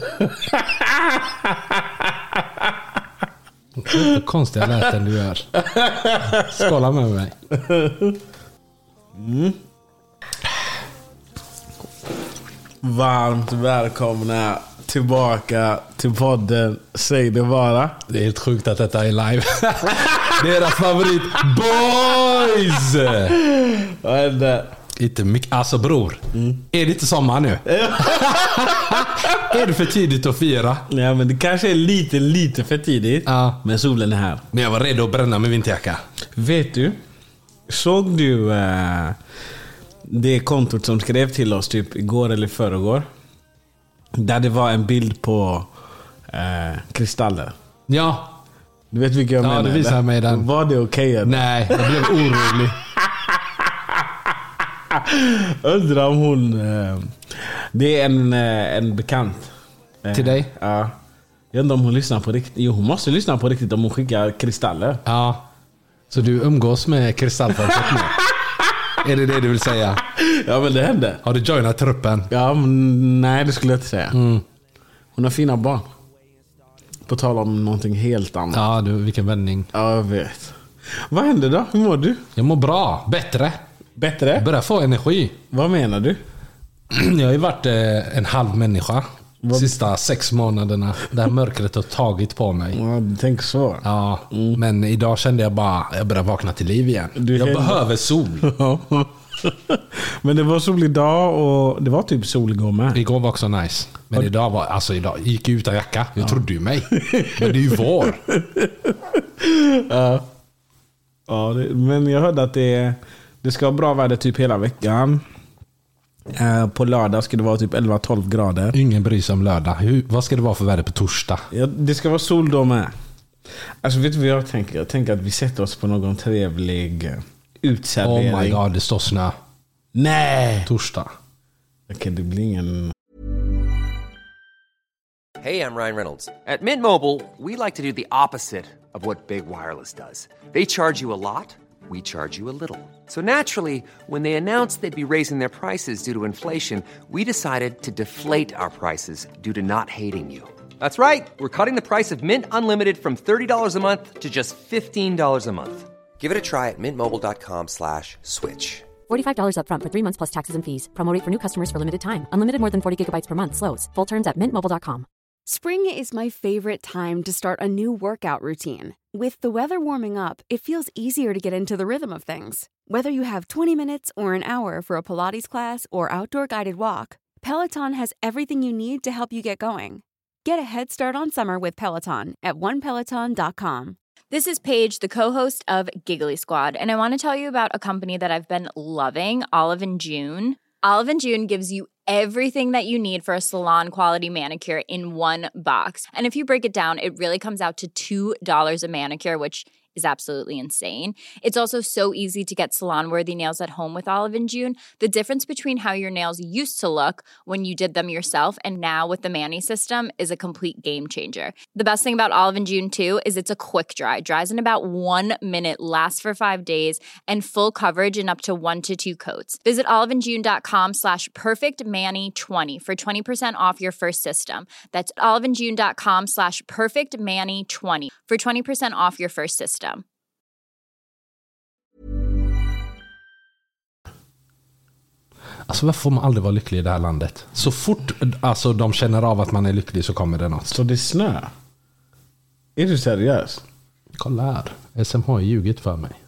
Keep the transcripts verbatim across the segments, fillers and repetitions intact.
Det konstiga läten du gör. Skåla med mig. Mm. Varmt välkomna tillbaka till podden Säg det bara. Det är helt sjukt att detta är live. Deras favorit boys. Vad är det? Inte mycket. Alltså bror, mm. Är det inte sommar nu? Är det för tidigt att fira? Ja, men det kanske är lite, lite för tidigt. Ja. Men solen är här. Men jag var redo att bränna med vinterjacka. Vet du? Såg du uh, det kontot som skrev till oss typ igår eller förrgår? Där det var en bild på uh, kristaller. Ja. Du vet vilka jag ja, menar? Ja, du visade mig den. Var det okej? Okay, nej, jag blev orolig. Undrar om hon... Uh, det är en, uh, en bekant. Uh, till dig? Ja. Jag undrar om hon lyssnar på riktigt. Jo, hon måste lyssna på riktigt om hon skickar kristaller. Ja. Så du umgås med kristallfolket nu? Är det det du vill säga? Ja, men det hände. Har du joinat truppen? Ja, men nej, det skulle jag inte säga. Mm. Hon har fina barn. På tal om någonting helt annat. Ja, du, vilken vändning. Ja, jag vet. Vad händer då? Hur mår du? Jag mår bra, bättre. Bättre? Jag börjar få energi. Vad menar du? Jag har ju varit eh, en halv människa. Vad? Sista sex månaderna. Där mörkret har tagit på mig. Ja, tänk så. Ja, mm. Men idag kände jag bara jag börjar vakna till liv igen. Du jag händer. behöver sol. Men det var sol idag och det var typ sol igår med. Igår var också nice. Men och... idag var alltså idag gick jag utan jacka. Jag ja. trodde ju mig. Men det är ju vår. Ja. Ja, det, men jag hörde att det det ska vara bra väder typ hela veckan. Uh, på lördag ska det vara typ elva tolv grader. Ingen bryr sig om lördag. Hur, vad ska det vara för väder på torsdag? Ja, det ska vara sol då med. Alltså vet du vad jag tänker? Jag tänker att vi sätter oss på någon trevlig utservering. Oh my god, det står snö. Nej! Torsdag. Okej, okay, det blir ingen... Hey, I'm Ryan Reynolds. At Mint Mobile, we like to do the opposite of what Big Wireless does. They charge you a lot. We charge you a little. So naturally, when they announced they'd be raising their prices due to inflation, we decided to deflate our prices due to not hating you. That's right. We're cutting the price of Mint Unlimited from thirty dollars a month to just fifteen dollars a month. Give it a try at mintmobile.com slash switch. forty-five dollars up front for three months plus taxes and fees. Promo rate for new customers for limited time. Unlimited more than forty gigabytes per month. Slows full terms at mint mobile dot com. Spring is my favorite time to start a new workout routine. With the weather warming up, it feels easier to get into the rhythm of things. Whether you have twenty minutes or an hour for a Pilates class or outdoor guided walk, Peloton has everything you need to help you get going. Get a head start on summer with Peloton at one peloton dot com. This is Paige, the co-host of Giggly Squad, and I want to tell you about a company that I've been loving, Olive and June. Olive and June gives you everything that you need for a salon-quality manicure in one box. And if you break it down, it really comes out to two dollars a manicure, which is absolutely insane. It's also so easy to get salon-worthy nails at home with Olive and June. The difference between how your nails used to look when you did them yourself and now with the Mani system is a complete game changer. The best thing about Olive and June, too, is it's a quick dry. Dries in about one minute, lasts for five days, and full coverage in up to one to two coats. Visit oliveandjune.com slash perfectmani20 for twenty percent off your first system. That's oliveandjune.com slash perfectmani20 for twenty percent off your first system. Alltså varför får man aldrig vara lycklig i det här landet? Så fort alltså, de känner av att man är lycklig så kommer det något. Så det är snö? Är du seriös? Kolla här. S M H har ljugit för mig.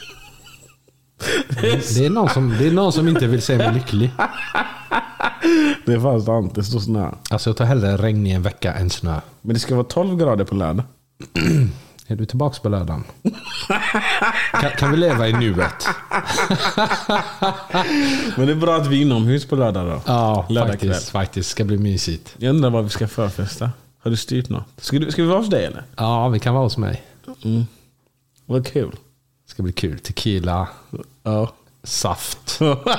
det, är det, är någon som, det är någon som inte vill se mig lycklig. Det är fan sant, det står snö. Alltså jag tar hellre regn i en vecka än snö. Men det ska vara tolv grader på lördag. Är du tillbaka på lördagen? kan, kan vi leva i nuet? Men det är bra att vi är inomhus på lördag då. Ja, faktiskt, faktiskt. Ska bli mysigt. Jag undrar vad vi ska förfesta. Har du styrt något? Ska, du, ska vi vara hos dig eller? Ja, vi kan vara hos mig. Mm. Vad kul. Det ska bli kul. Tequila. Ja. Saft.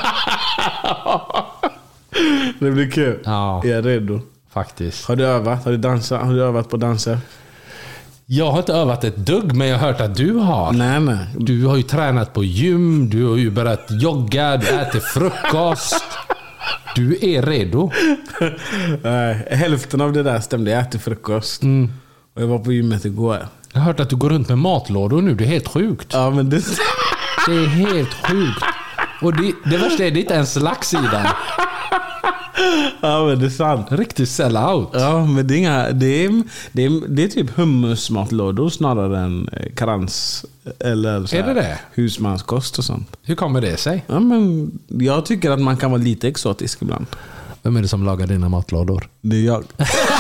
Det blir kul. Ja. Jag är redo. Faktiskt. Har du övat? Har du dansat? Har du övat på danser? Jag har inte övat ett dugg, men jag har hört att du har. Nej, nej. Du har ju tränat på gym, du har ju börjat jogga, du äter frukost. Du är redo. uh, hälften av det där stämde. Jag äter frukost. Mm. Och jag var på gymmet igår. Jag har hört att du går runt med matlådor nu. Det är helt sjukt. Ja, men det... det är helt sjukt. Och det, det värsta är det inte ens laxsidan. Ja, men det är sant. Riktigt sell out. Ja, men det är, inga, det är, det är, det är typ hummusmatlådor snarare än krans eller så här, är det det? Husmanskost och sånt. Hur kommer det sig? Ja, men jag tycker att man kan vara lite exotisk ibland. Vem är det som lagar dina matlådor? Det är jag.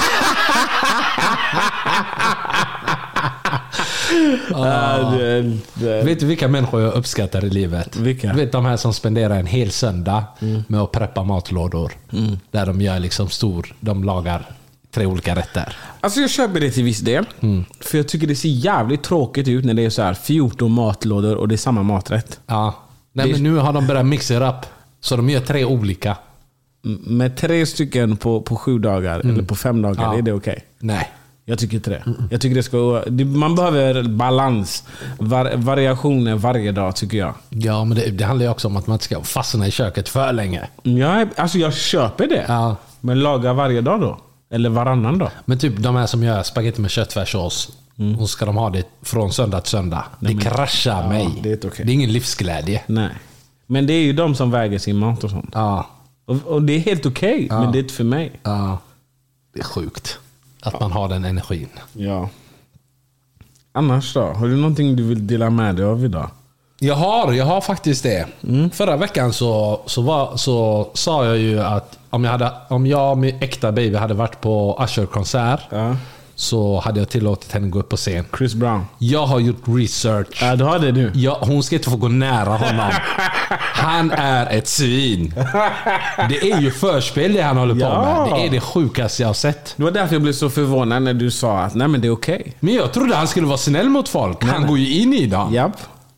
Ah. det, det. Vet du vilka människor jag uppskattar i livet? Vilka? Vet de här som spenderar en hel söndag mm. med att preppa matlådor. Mm. Där de gör liksom stor, de lagar tre olika rätter. Alltså jag köper det till viss del. Mm. För jag tycker det ser jävligt tråkigt ut när det är så här fjorton matlådor och det är samma maträtt. Ja. Nej, men nu har de börjat mixa upp. Så de gör tre olika. Med tre stycken på, på sju dagar mm. eller på fem dagar, ja. Är det okej? Okay? Nej. Jag tycker inte det. Jag tycker det ska, man behöver balans, var, variationer varje dag tycker jag. Ja, men det, det handlar ju också om att man inte ska fastna i köket för länge. Ja, alltså jag köper det. Ja. Men laga varje dag då? Eller varannan dag? Men typ de här som gör spaghetti med köttfärssås. Mm. Och ska de ha det från söndag till söndag. Nej, det men, kraschar ja, mig. Det är, okay. Det är ingen livsglädje. Nej. Men det är ju de som väger sin mat och sånt. Ja. Och, och det är helt okej, okay, ja. Men det är inte för mig. Ja. Det är sjukt. Att man har den energin. Ja. Annars då? Har du någonting du vill dela med dig av idag? Jag har, jag har faktiskt det. Mm. Förra veckan så, så, var, så sa jag ju att om jag, hade, om jag och min äkta baby hade varit på Usher-konsert ja. Så hade jag tillåtit henne gå upp på scen. Chris Brown. Jag har gjort research. Ja, du har det nu. Ja, hon ska inte få gå nära honom. Han är ett svin. Det är ju förspel det han håller ja. på med. Det är det sjukaste jag har sett. Det var därför jag blev så förvånad när du sa att nej men det är okej. Okay. Men jag trodde han skulle vara snäll mot folk. Nej, han nej. går ju in i dem. Japp.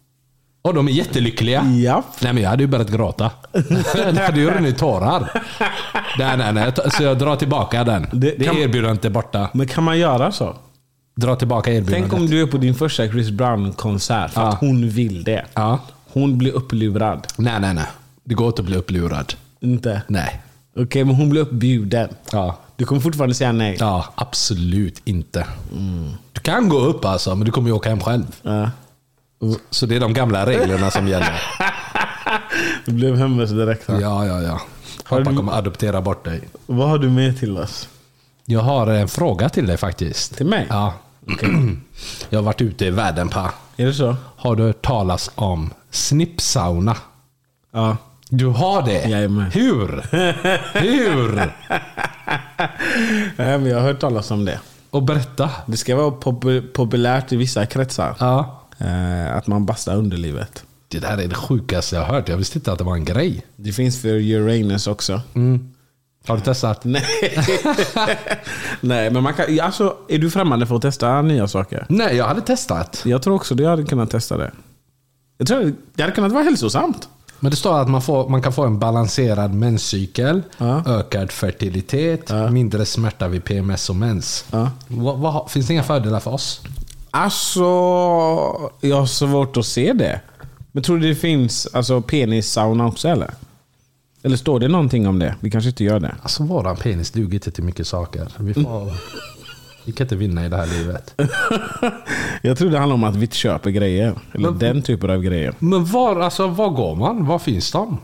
Och de är jättelyckliga. Japp. Nej, men jag hade ju börjat gråta. Det hade ju runnit tårar. Nej, nej, nej. Så jag drar tillbaka den. Det, det kan, erbjudandet är borta. Men kan man göra så? Dra tillbaka erbjudandet. Tänk om du är på din första Chris Brown-konsert för ja. att hon vill det. Ja. Hon blir upplurad. Nej, nej, nej. Det går inte att bli upplurad. Inte? Nej. Okej, okay, men hon blir uppbjuden. Ja. Du kommer fortfarande säga nej? Ja, absolut inte. Mm. Du kan gå upp alltså, men du kommer ju åka hem själv. Ja. Så det är de gamla reglerna som gäller. Du blev hemma direkt. Ja, ja, ja. Pappa du... kommer adoptera bort dig. Vad har du med till oss? Jag har en fråga till dig faktiskt. Till mig? Ja. Okay. Jag har varit ute i världen, pa. Är det så? Har du hört talas om snippsauna? Ja. Du har det? Jajamän. Hur? Hur? Nej, men jag har hört talas om det. Och berätta. Det ska vara pop- populärt i vissa kretsar. Ja. Eh, att man bastar underlivet. Det där är det sjukaste jag har hört. Jag visste inte att det var en grej. Det finns för Uranus också. Mm. Har du testat? Nej. Nej, men man kan, alltså, är du främmande för att testa nya saker? Nej, jag hade testat. Jag tror också du hade kunnat testa det. Jag tror det hade kunnat vara hälsosamt. Men det står att man, får, man kan få en balanserad menscykel, ja. ökad fertilitet, ja. mindre smärta vid P M S och mens. Ja. Vad, vad, finns det inga fördelar för oss? Alltså, jag har svårt att se det. Men tror du det finns alltså, penissauna också eller? Eller står det någonting om det? Vi kanske inte gör det. Alltså våran penis duger inte till mycket saker. Vi, får, vi kan inte vinna i det här livet. Jag tror det handlar om att vi köper grejer. Eller men, den typen av grejer. Men var, alltså, var går man? Var finns de?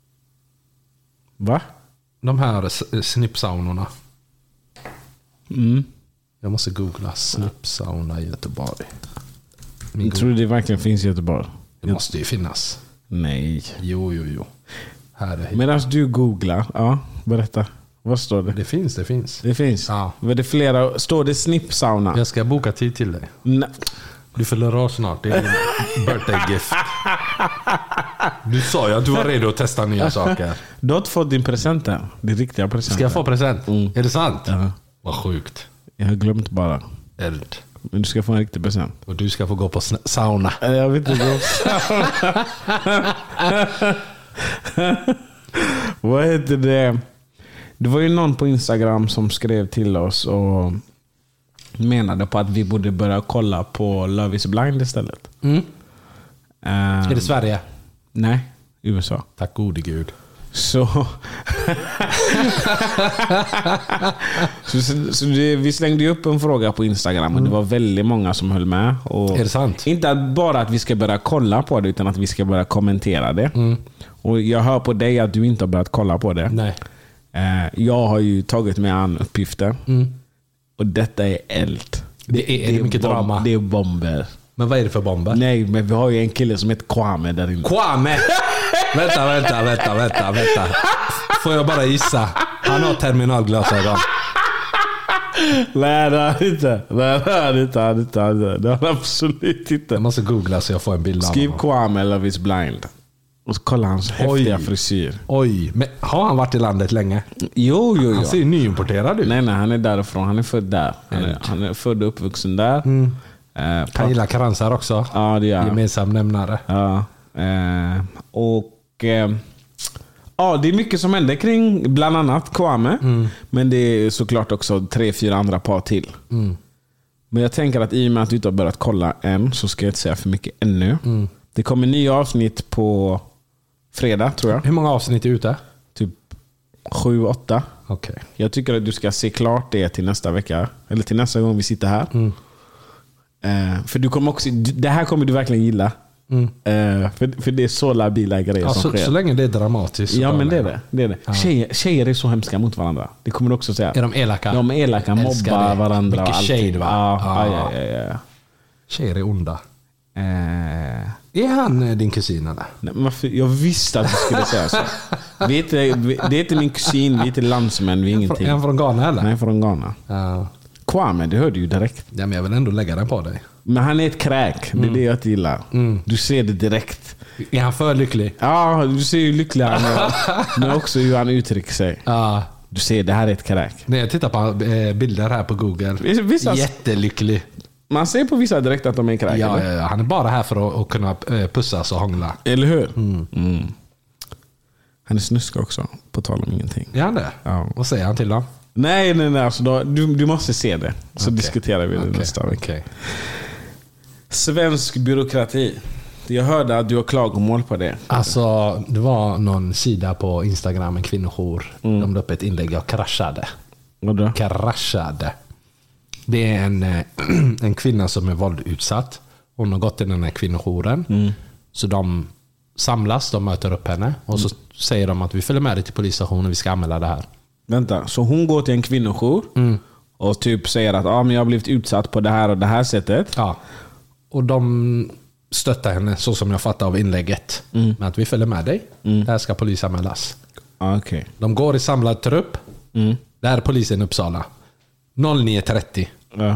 Va? De här snippsaunorna. Mm. Jag måste googla snippsauna i Göteborg. Min jag tror det verkligen finns i Göteborg. Det jag... måste ju finnas. Nej. Jo, jo, jo. Medan du googlar, ja, berätta. Vad står det? Det finns, det finns. Det finns? Ja. Men det flera, står det snippsauna? Jag ska boka tid till dig. Nej. Du fyller år snart, det är din birthday gift. Du sa ju att du var redo att testa nya saker. Du har inte fått din present än. Det är riktiga presenter. Ska jag få present? Mm. Är det sant? Ja. Vad sjukt. Jag har glömt bara. Eld. Men du ska få en riktig present. Och du ska få gå på sauna. Jag vet inte gå på sauna. Vad heter det? Det var ju någon på Instagram som skrev till oss och menade på att vi borde börja kolla på Love is blind istället. Mm. Um, är det Sverige? Nej, U S A. Tack gode gud. Så så, så, så det, vi slängde ju upp en fråga på Instagram och mm. det var väldigt många som höll med. Och är det sant? Inte bara att vi ska börja kolla på det utan att vi ska börja kommentera det. Mm. Och jag hör på dig att du inte har börjat kolla på det. Nej. Eh, jag har ju tagit mig an uppgifter. Mm. Och detta är eld. Det är, är det mycket bomb, drama. Det är bomber. Men vad är det för bomber? Nej, men vi har ju en kille som heter Kwame där inne. Kwame! vänta, vänta, vänta, vänta, vänta. Får jag bara gissa? Han har terminalglasögon. Nej, det har inte. Nej, det har inte. Det har det har absolut inte. Jag måste googla så jag får en bild av Skriv Kwame Love is blind. Och så kolla hans häftiga Oj. frisyr. Oj, men har han varit i landet länge? Jo, jo, jo. Han ser ju nyimporterad ut. Nej, nej, han är därifrån. Han är född där. Han är, han är född och uppvuxen där. Mm. Eh, han gillar kransar också. Ja, det gör han. Gemensam nämnare. Ja. Eh, och eh, ja, det är mycket som händer kring bland annat Kwame. Mm. Men det är såklart också tre, fyra andra par till. Mm. Men jag tänker att i och med att du inte har börjat kolla än så ska jag inte säga för mycket ännu. Mm. Det kommer nya avsnitt på fredag, tror jag. Hur många avsnitt är ute? Typ sju, åtta. Okay. Jag tycker att du ska se klart det till nästa vecka. Eller till nästa gång vi sitter här. Mm. Eh, för du kommer också, det här kommer du verkligen gilla. Mm. Eh, för, för det är så labila grejer ja, som så, sker. Så länge det är dramatiskt. Ja, men det är det. det, är det. Ja. Tjejer, tjejer är så hemska mot varandra. Det kommer du också säga. Är de elaka? De är elaka, mobbar varandra. Mycket shade, va? Ja, ja. Ja, ja, ja, ja. Tjejer är onda. Eh. Är han din kusin eller? Nej, men jag visste att du skulle säga så. Vi är inte, det är inte min kusin, vi är inte landsmän, vi är ingenting. Är han från Ghana eller? Nej, från Ghana. Ja. Kwame, du hörde ju direkt. Ja, men jag vill ändå lägga den på dig. Men han är ett kräk, det är mm. det jag gillar. Mm. Du ser det direkt. Är han för lycklig? Ja, du ser hur lycklig han är. Men också hur han uttrycker sig. Ja. Du ser, det här är ett kräk. När jag tittar på bilder här på Google. Vissa... Jättelycklig. Man ser på vissa direkt att de är kräk. Ja, ja, ja, han är bara här för att, att kunna pussas och hångla. Eller hur? Mm. Mm. Han är snusk också, på tal om ingenting. Är han det? Ja. Vad säger han till dem? Nej, nej, nej. Alltså då, du, du måste se det. Så okay. diskuterar vi det okay. nästa vecka. Okay. Svensk byråkrati. Jag hörde att du har klagomål på det. Alltså, det var någon sida på Instagram, en kvinnojour. Mm. De la upp ett inlägg, jag kraschade. Vadå? Kraschade. Det är en, en kvinna som är våldutsatt. Hon har gått till den här kvinnojouren. Mm. Så de samlas, de möter upp henne. Och så mm. säger de att vi följer med dig till polisstationen, vi ska anmäla det här. Vänta, så hon går till en kvinnojour mm. och typ säger att ah, men jag har blivit utsatt på det här och det här sättet. Ja. Och de stöttar henne, så som jag fattar av inlägget. Mm. Men att vi följer med dig. Mm. Där ska polisanmälas. Okay. De går i samlad trupp. Mm. Där är polisen i Uppsala. nio trettio. Ja.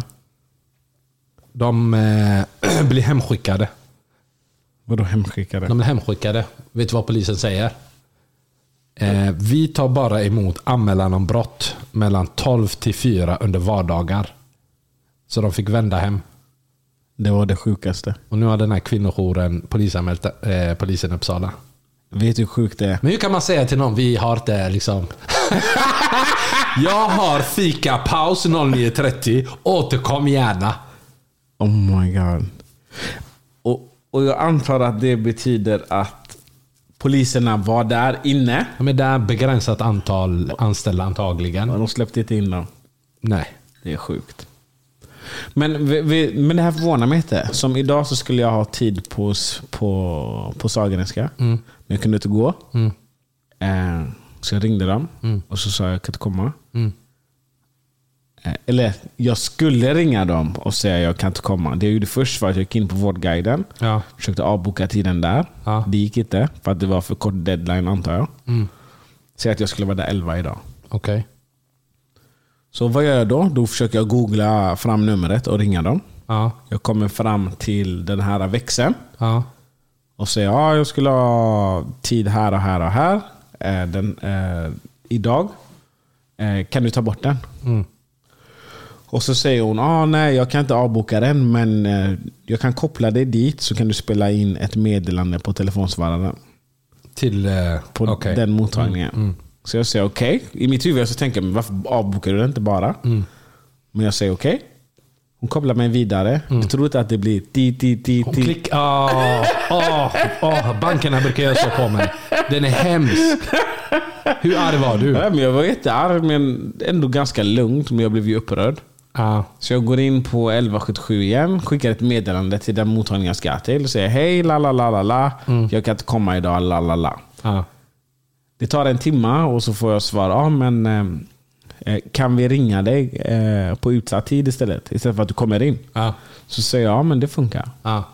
De eh, blir hemskickade. Vadå hemskickade? De blir hemskickade. Vet du vad polisen säger? Eh, vi tar bara emot anmälan om brott mellan tolv till fyra under vardagar. Så de fick vända hem. Det var det sjukaste. Och nu har den här kvinnojouren polisanmält eh, polisen i Uppsala. Vet du hur sjukt det är? Men hur kan man säga till någon, vi har inte liksom... Jag har fika paus nio trettio. Återkom gärna. Oh my god. Och, och jag antar att det betyder att poliserna var där inne. Ja, men det är begränsat antal anställda antagligen. Och de släppte inte in dem. Nej. Det är sjukt. Men, vi, vi, men det här förvånar mig inte. Som idag så skulle jag ha tid på, på, på Sahlgrenska. Mm. Men jag kunde inte gå. Mm. Eh, så jag ringde dem. Mm. Och så sa jag, jag kan inte komma. Mm. Eh, eller jag skulle ringa dem och säga jag kan inte komma. Det jag gjorde först var att jag gick in på Vårdguiden. Ja. Försökte avboka tiden där. Ja. Det gick inte. För att det var för kort deadline antar jag. Mm. Säg att jag skulle vara där elva idag. Okej. Okay. Så vad gör jag då? Då försöker jag googla fram numret och ringa dem. Ja. Jag kommer fram till den här växeln. Ja. Och säger ja, jag skulle ha tid här och här och här. Eh, den, eh, idag. Eh, kan du ta bort den? Mm. Och så säger hon, ah, nej jag kan inte avboka den. Men eh, jag kan koppla dig dit. Så kan du spela in ett meddelande på telefonsvararen. Till eh, på okay. den mottagningen. Mm. Mm. Så jag säger okej. Okay. I mitt huvud så tänker jag, men varför avbokar du det inte bara? Mm. Men jag säger okej. Okay. Hon kopplar mig vidare. Mm. Jag tror inte att det blir ti, ti, ti, Hon klick... Oh, oh, oh. Bankerna brukar göra så på mig. Den är hemsk. Hur arg var du? Ja, men jag var jättearg, men ändå ganska lugnt. Men jag blev ju upprörd. Ja. Så jag går in på elva sjuttiosju igen, skickar ett meddelande till den mottagningen jag ska till och säger hej, la la la la la. Mm. Jag kan inte komma idag, la la la. Ja. Det tar en timme och så får jag svar, ja men eh, kan vi ringa dig eh, på utsatt tid istället? Istället för att du kommer in. Ja. Så säger jag, ja men det funkar. Ja.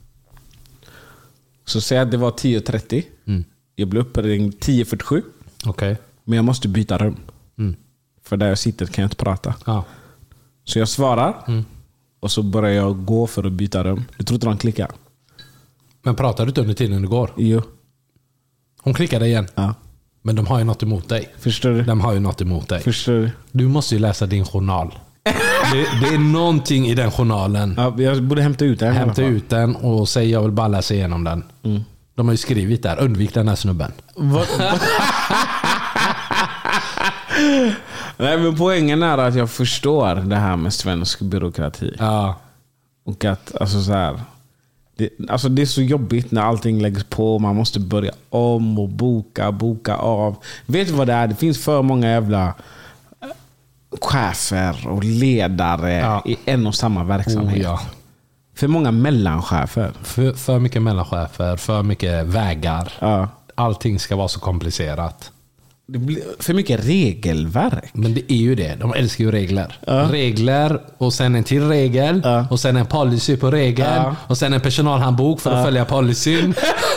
Så säger jag att det var tio trettio. Mm. Jag blev uppringd tio fyrtiosju. Okay. Men jag måste byta rum. Mm. För där jag sitter kan jag inte prata. Ja. Så jag svarar. Mm. Och så börjar jag gå för att byta rum. Du tror inte de klickar? Men pratar du inte under tiden du går? Jo. Hon klickade igen. Ja. Men de har ju något emot dig. Förstår du? De har ju något emot dig. Förstår du? Du måste ju läsa din journal. det, det är någonting i den journalen. Ja, jag borde hämta ut den. Hämta ut den och säga jag vill bara läsa igenom den. Mm. De har ju skrivit där, undvik den här snubben. Vad? Nej, men poängen är att jag förstår det här med svensk byråkrati. Ja. Och att alltså så här, det, alltså det är så jobbigt när allting läggs på. Man måste börja om och boka, boka av. Vet du vad det är? Det finns för många jävla chefer och ledare ja. i en och samma verksamhet. Oh, ja. För många mellanchefer. För, för mycket mellanchefer, för mycket vägar. Ja. Allting ska vara så komplicerat. Det blir för mycket regelverk. Men det är ju det. De älskar ju regler. Ja. Regler och sen en till regel. Ja. Och sen en policy på regeln. Ja. Och sen en personalhandbok för ja. att följa policyn.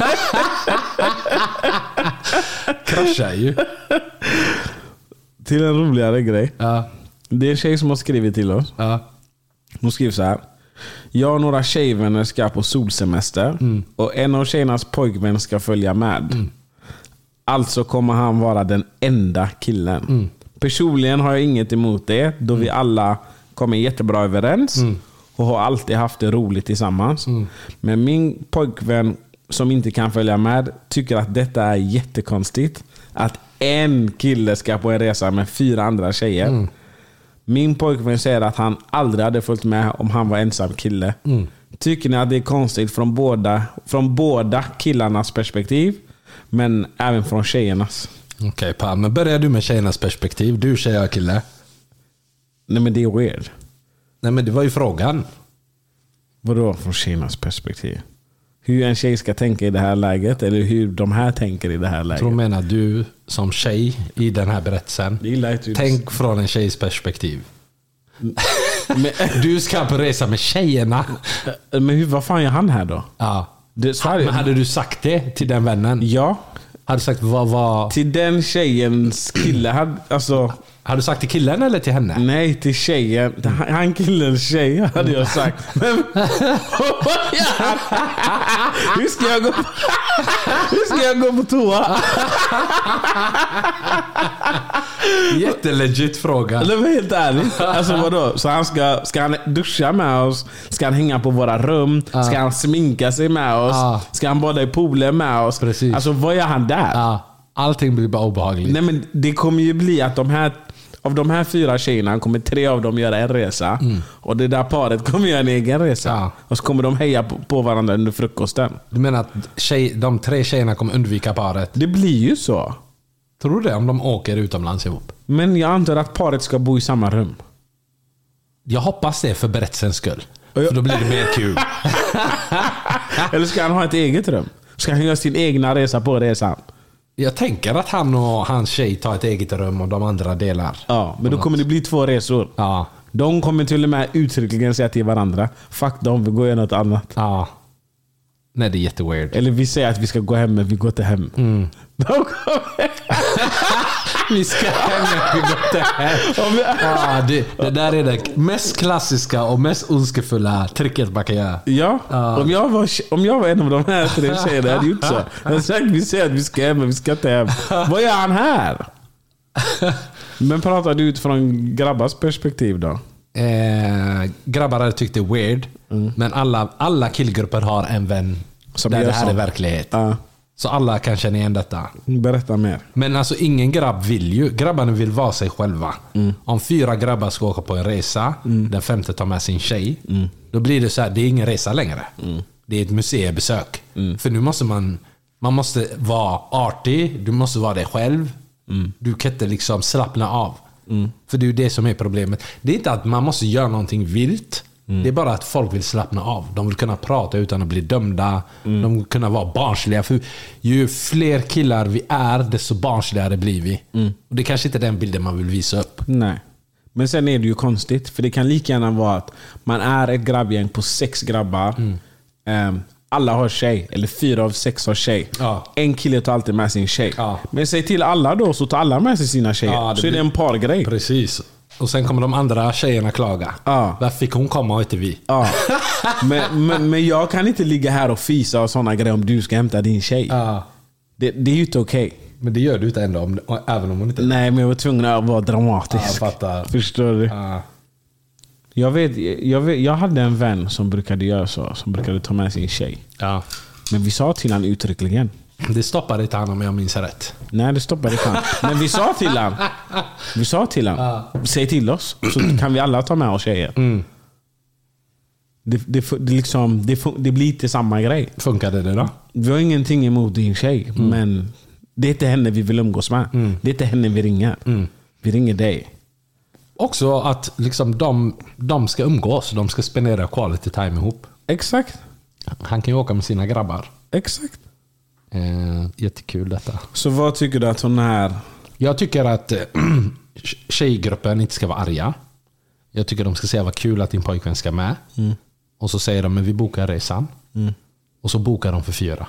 Kraschar ju. Till en roligare grej. Ja. Det är en tjej som har skrivit till oss. Ja. Hon skriver så här: jag och några tjejvänner ska på solsemester. Mm. Och en av tjejernas pojkvän ska följa med. Mm. Alltså kommer han vara den enda killen. Mm. Personligen har jag inget emot det, då mm. vi alla kommer jättebra överens mm. och har alltid haft det roligt tillsammans. Mm. Men min pojkvän som inte kan följa med tycker att detta är jättekonstigt. Att en kille ska på en resa med fyra andra tjejer. Mm. Min pojkvän säger att han aldrig hade följt med om han var ensam kille. Mm. Tycker ni att det är konstigt från båda, från båda killarnas perspektiv? Men även från tjejernas. Okej, okay, Pam, men börjar du med tjejernas perspektiv? Du tjej och kille. Nej, men det är weird. Nej, men det var ju frågan. Vadå från tjejernas perspektiv? Hur en tjej ska tänka i det här läget? Eller hur de här tänker i det här läget? Jag tror menar du som tjej i den här berättelsen. Tänk från en tjejs perspektiv. Men, du ska på resa med tjejerna. Men hur, vad fan är han här då? Ja. Det, men hade du sagt det till den vännen? Ja. Hade du sagt vad var... Till den tjejens kille hade, alltså... Hade du sagt till killen eller till henne? Nej, till tjejen. Han killens tjej hade jag sagt. Men, hur ska jag gå på, hur ska jag gå på toa? Jättelegit fråga. Det var helt ärligt. Alltså vadå? Så han ska, ska han duscha med oss? Ska han hänga på våra rum? Ah. Ska han sminka sig med oss? Ah. Ska han bada i poolen med oss? Precis. Alltså vad gör han där? Ah. Allting blir bara obehagligt. Nej, men det kommer ju bli att de här, av de här fyra tjejerna kommer tre av dem göra en resa. Mm. Och det där paret kommer göra en egen resa. Ja. Och så kommer de heja på, på varandra under frukosten. Du menar att tjej, de tre tjejerna kommer undvika paret? Det blir ju så. Tror du det om de åker utomlands ihop? Men jag antar att paret ska bo i samma rum. Jag hoppas det för berättelsens skull. För då blir det mer kul. Eller ska han ha ett eget rum? Ska han göra sin egna resa på resan? Jag tänker att han och hans tjej tar ett eget rum och de andra delar. Ja, men då kommer det bli två resor. Ja. De kommer till och med uttryckligen säga till varandra: fuck dem, vi går och gör något annat. Ja. Nej, det är jätteweird. Eller vi säger att vi ska gå hem, men vi går inte hem. Mm. Vi ska hem, men vi går inte hem. Ja, det, det där är det mest klassiska och mest ondskefulla tricket man kan göra. Ja, ja. Om, jag var, om jag var en av de här tre tjejerna hade gjort så. Jag hade sagt, vi säger att vi ska hem, men vi ska inte hem. Vad gör han här? Men pratar du utifrån grabbars perspektiv då? Eh, grabbar hade tyckt det är weird. Mm. Men alla, alla killgrupper har en vän som där det här så. Är verklighet. Uh. Så alla kan känna igen detta. Berätta mer. Men alltså ingen grabb vill ju. Grabbarna vill vara sig själva. Mm. Om fyra grabbar ska åka på en resa, mm. den femte tar med sin tjej, mm. då blir det så här, det är ingen resa längre. Mm. Det är ett museibesök. Mm. För nu måste man Man måste vara artig. Du måste vara dig själv. Mm. Du kan inte liksom slappna av. Mm. För det är ju det som är problemet. Det är inte att man måste göra någonting vilt. Mm. Det är bara att folk vill slappna av. De vill kunna prata utan att bli dömda. Mm. De vill kunna vara barnsliga. För ju fler killar vi är, desto barnsligare blir vi. Mm. Och det är kanske inte den bilden man vill visa upp. Nej. Men sen är det ju konstigt. För det kan lika gärna vara att man är ett grabbgäng på sex grabbar. Mm. Um, alla har tjej. Eller fyra av sex har tjej. Ja. En kille tar alltid med sin tjej. Ja. Men säg till alla då, så tar alla med sig sina tjejer. Ja, så blir... är det en pargrej. Precis. Och sen kommer de andra tjejerna klaga. Ja. Varför fick hon komma och inte vi? Ja. men, men, men jag kan inte ligga här och fisa och såna grejer om du ska hämta din tjej. Ja. Det, det är ju inte okej. Okay. Men det gör du inte ändå, om, även om hon inte... Nej, men jag var tvungen att vara dramatisk. Ja, fattar. Förstår du? Ja. Jag, vet, jag, vet, jag hade en vän som brukade göra så. Som brukade ta med sin tjej. Ja. Men vi sa till han uttryckligen. Det stoppade inte han, om jag minns rätt. Nej, det stoppade inte han. Men vi sa till han. Vi sa till han. Ja. Säg till oss, så kan vi alla ta med oss tjejer. Mm. Det, det, det, liksom, det, det blir inte samma grej. Funkade det då? Vi har ingenting emot din tjej. Mm. Men det är inte henne vi vill umgås med. Mm. Det är inte henne vi ringer. Mm. Vi ringer dig. Också att liksom de, de ska umgås. De ska spendera quality time ihop. Exakt. Han kan ju åka med sina grabbar. Exakt. Eh, jättekul detta. Så vad tycker du att hon är? Jag tycker att äh, tjejgruppen inte ska vara arga. Jag tycker de ska säga vad kul att din pojkvän ska med. Mm. Och så säger de, men vi bokar resan. Mm. Och så bokar de för fyra.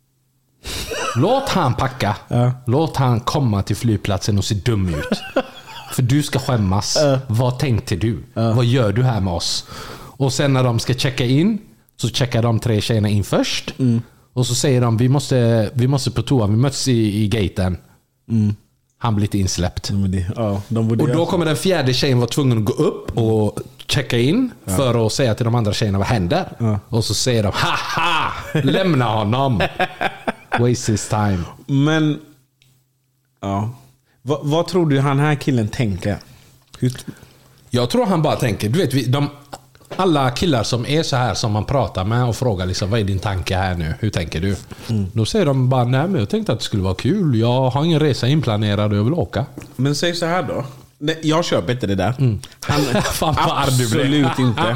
Låt han packa. Ja. Låt han komma till flygplatsen och se dum ut. För du ska skämmas. Ja. Vad tänkte du? Ja. Vad gör du här med oss? Och sen när de ska checka in, så checkar de tre tjejerna in först. Mm. Och så säger de, vi måste, vi måste på toa. Vi möts i, i gaten. Mm. Han blir lite insläppt. Ja, det, ja, de och då kommer den fjärde tjejen vara tvungen att gå upp och checka in. Ja. För att säga till de andra tjejerna, vad händer? Ja. Och så säger de, haha, lämna honom. Waste his time. Men ja, vad, vad tror du han här killen tänker? Hur? Jag tror han bara tänker, du vet, vi, de, alla killar som är så här som man pratar med och frågar liksom, vad är din tanke här nu? Hur tänker du? Mm. Då säger de bara, nej men jag tänkte att det skulle vara kul. Jag har ingen resa inplanerad och jag vill åka. Men säg så här då. Nej, jag köper inte det där. Mm. Han, Fan, absolut inte.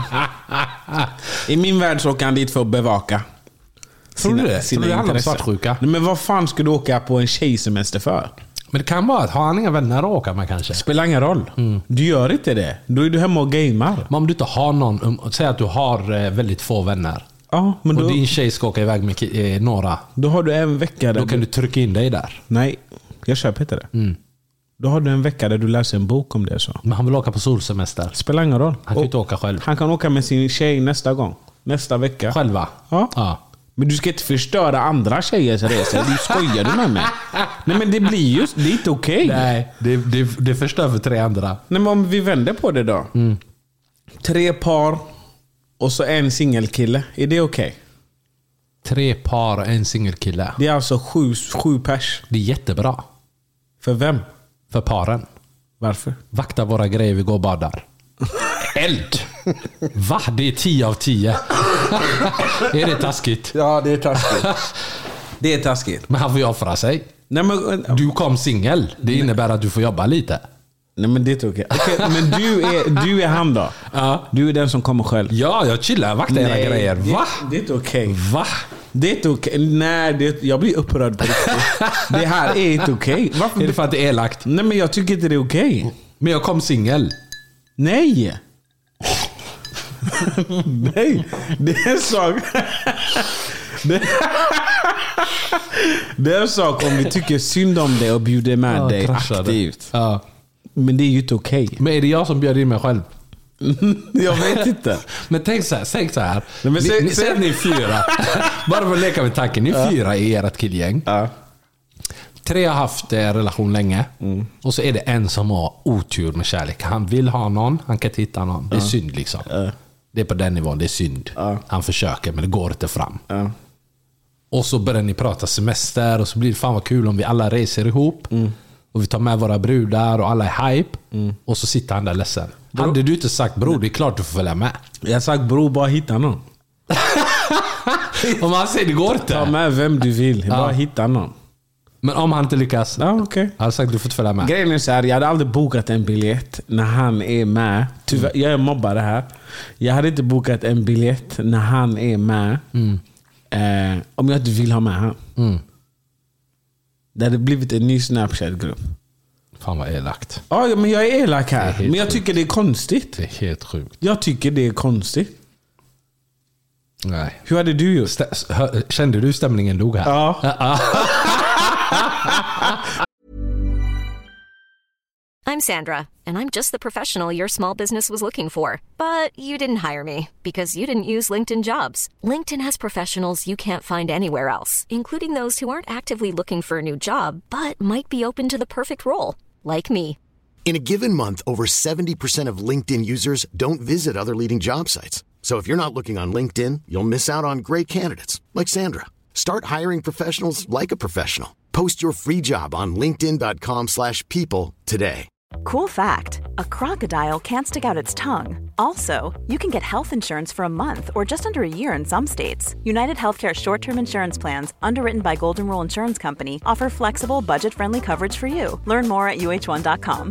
I min värld så åker han dit för att bevaka. Tror du det? Tror du det handlar om svartsjuka? Nej, men vad fan ska du åka på en tjejsemester för? Men det kan vara att har han inga vänner att åka med kanske. Spelar ingen roll. Mm. Du gör inte det. Då är du hemma och gamer. Men om du inte har någon, säg att du har väldigt få vänner. Ja, men och då, din tjej ska åka iväg med eh, några. Då har du en vecka där Då kan du... du trycka in dig där. Nej, jag köper inte det. Mm. Då har du en vecka där du läser en bok om det så. Men han vill åka på solsemester. Spelar ingen roll. Han kan inte åka själv. Han kan åka med sin tjej nästa gång. Nästa vecka. Själva? Ja. ja. Men du ska inte förstöra andra tjejers resor. Du skojar du med mig? Nej, men det blir ju det är inte okej. Okay. Nej, det, det, det förstör för tre andra. Nej, men om vi vänder på det då. Mm. Tre par och så en singelkille. Är det okej? Okay? Tre par och en singelkille. Det är alltså sju, sju pers. Det är jättebra. För vem? För paren. Varför? Vakta våra grejer, vi går och badar. Eld! Va? Det är tio av tio. Är det taskigt? Ja, det är taskigt. Det är taskigt. Men han får ju offra sig. Nej, men, du kom singel. Det innebär att du får jobba lite. Nej, men det är okej. Okay, men du är, du är han då? Ja. Du är den som kommer själv. Ja, jag chillar. Vakta era grejer. Va? Det, det är inte okej. Okay. Va? Det är inte okej. Okay. Nej, det, jag blir upprörd på riktigt. Det här är inte okej. Okay. Varför? Är det för att det är elakt? Nej, men jag tycker inte det är okej. Okay. Men jag kom singel. Nej. Nej, det är en sak. det, det är en sak om vi tycker synd om dig och bjuder med ja, dig aktivt. Ja. Men det är ju inte okej. Okay. Men är det jag som bjöd in mig själv? Jag vet inte. Men tänk så här, tänk så här. Nej, men se, ni, se att ni är fyra. Bara för att leka med tanken. Ni är ja. fyra i ert killgäng. Ja. Tre har haft eh, relation länge. Mm. Och så är det en som har otur med kärlek. Han vill ha någon, han kan inte hitta någon. Det är uh. synd liksom. Uh. Det är på den nivån, det är synd. Uh. Han försöker men det går inte fram. Uh. Och så börjar ni prata semester. Och så blir det fan vad kul om vi alla reser ihop. Mm. Och vi tar med våra brudar och alla är hype. Mm. Och så sitter han där ledsen. Bro. Hade du inte sagt, bro, det är klart du får följa med. Jag har sagt, bro, bara hitta någon. Om han säger det går inte. Ta med vem du vill. Ja. Bara hitta någon. Men om han inte lyckas. Ja, okej. Okay. Jag hade sagt du får följa med. Grejen är så här, jag hade aldrig bokat en biljett när han är med. Tyvärr, jag är mobbare här. Jag hade inte bokat en biljett när han är med. Mm. Eh, om jag inte vill ha med han. Mm. Det hade blivit en ny Snapchat-grupp. Fan vad elakt. Ja, men jag är elak här. Är men jag tycker sjukt. Det är konstigt. Det är helt sjukt. Jag tycker det är konstigt. Nej. Hur hade du gjort? St- kände du stämningen låg här? Ja. I'm Sandra, and I'm just the professional your small business was looking for. But you didn't hire me because you didn't use LinkedIn Jobs. LinkedIn has professionals you can't find anywhere else, including those who aren't actively looking for a new job, but might be open to the perfect role, like me. In a given month, over seventy percent of LinkedIn users don't visit other leading job sites. So if you're not looking on LinkedIn, you'll miss out on great candidates like Sandra. Start hiring professionals like a professional. Post your free job on linkedin dot com slash people today. Cool fact, a crocodile can't stick out its tongue. Also, you can get health insurance for a month or just under a year in some states. United Healthcare short-term insurance plans, underwritten by Golden Rule Insurance Company, offer flexible, budget-friendly coverage for you. Learn more at u h one dot com.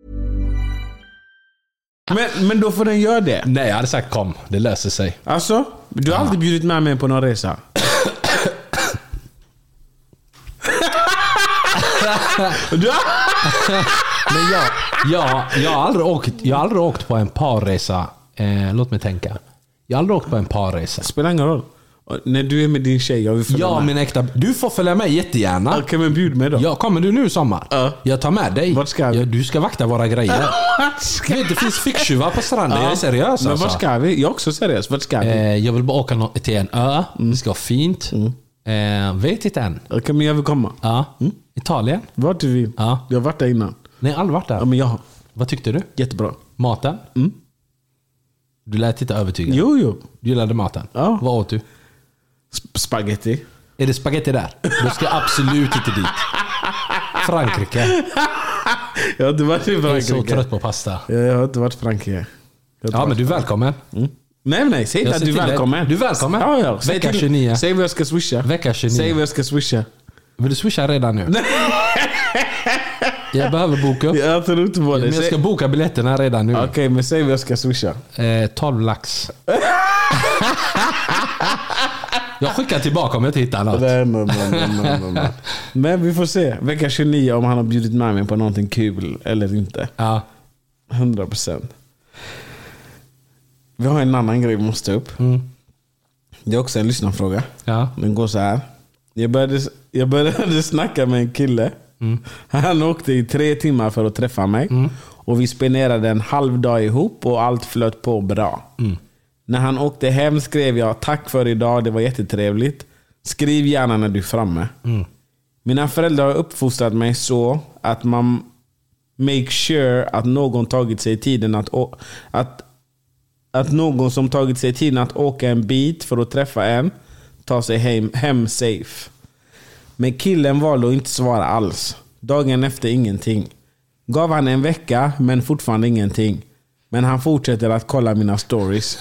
Men, men då får den göra det. Nej, jag hade sagt kom, det löser sig. Alltså, du har alltid bjudit med mig på någon resa. du Men jag, jag, jag, har aldrig åkt, jag har aldrig åkt på en parresa. eh, Låt mig tänka. Jag har aldrig åkt på en parresa. Spelar ingen roll. När du är med din tjej, jag vill följa Ja, med. min äkta. Du får följa med jättegärna. Okej, okay, men bjud med då. Ja, kommer du nu i sommar? Uh. Jag tar med dig. Vart ska vi? Ja, du ska vakta våra grejer. Du vet, det finns ficktjuvar på stranden. uh. Jag är seriös. Men alltså. vart ska vi? Jag är också seriös. Vart ska vi? Eh, jag vill bara åka till en ö. Mm. Det ska vara fint. Mm. Eh, vet inte än. Okej, okay, men jag vill komma. Ja. Mm. Italien. Vart du vill. Ja. Jag har varit där innan. Nej, jag har aldrig varit där. Ja, men jag har. Vad tyckte du? Jättebra. Maten? Mm. Du lät inte övertygad. Jo, jo. Du gillade maten? Ja. Vad åt du? Sp- spaghetti. Är det spaghetti där? Du ska absolut inte dit. Frankrike. Jag har inte varit i Frankrike. Jag är så trött på pasta. Jag har inte varit i Frankrike. Ja, men du är välkommen. Mm. Nej, nej. Säg inte att du är välkommen. Du är välkommen. Ja, ja. Vecka tjugonio. Säg vad jag ska swisha. Vecka tjugonio. Säg vad jag ska swisha. Vill du swisha redan nu? Jag behöver boka upp. Jag tror inte på det. Men jag ska boka biljetterna redan nu. Okej, okay, men säg vad jag ska swisha. Eh, tolv lax. Jag skickar tillbaka om jag inte hittar något. Nej, nej, nej, nej, nej. Men vi får se. Vecka tjugonio om han har bjudit med mig på någonting kul eller inte. Ja. hundra procent. Vi har en annan grej vi måste upp. Mm. Det är också en lyssnarfråga. Ja. Den går så här. Jag började, jag började snacka med en kille. Mm. Han åkte i tre timmar för att träffa mig. Mm. Och vi spenderade en halv dag ihop och allt flöt på bra. Mm. När han åkte hem skrev jag tack för idag, det var jättetrevligt. Skriv gärna när du är framme. Mm. Mina föräldrar har uppfostrat mig så att man make sure att någon tagit sig tiden att, att, att någon som tagit sig tiden att åka en bit för att träffa en tar sig hem, hem safe. Men killen valde att inte svara alls. Dagen efter ingenting. Gav han en vecka men fortfarande ingenting. Men han fortsätter att kolla mina stories.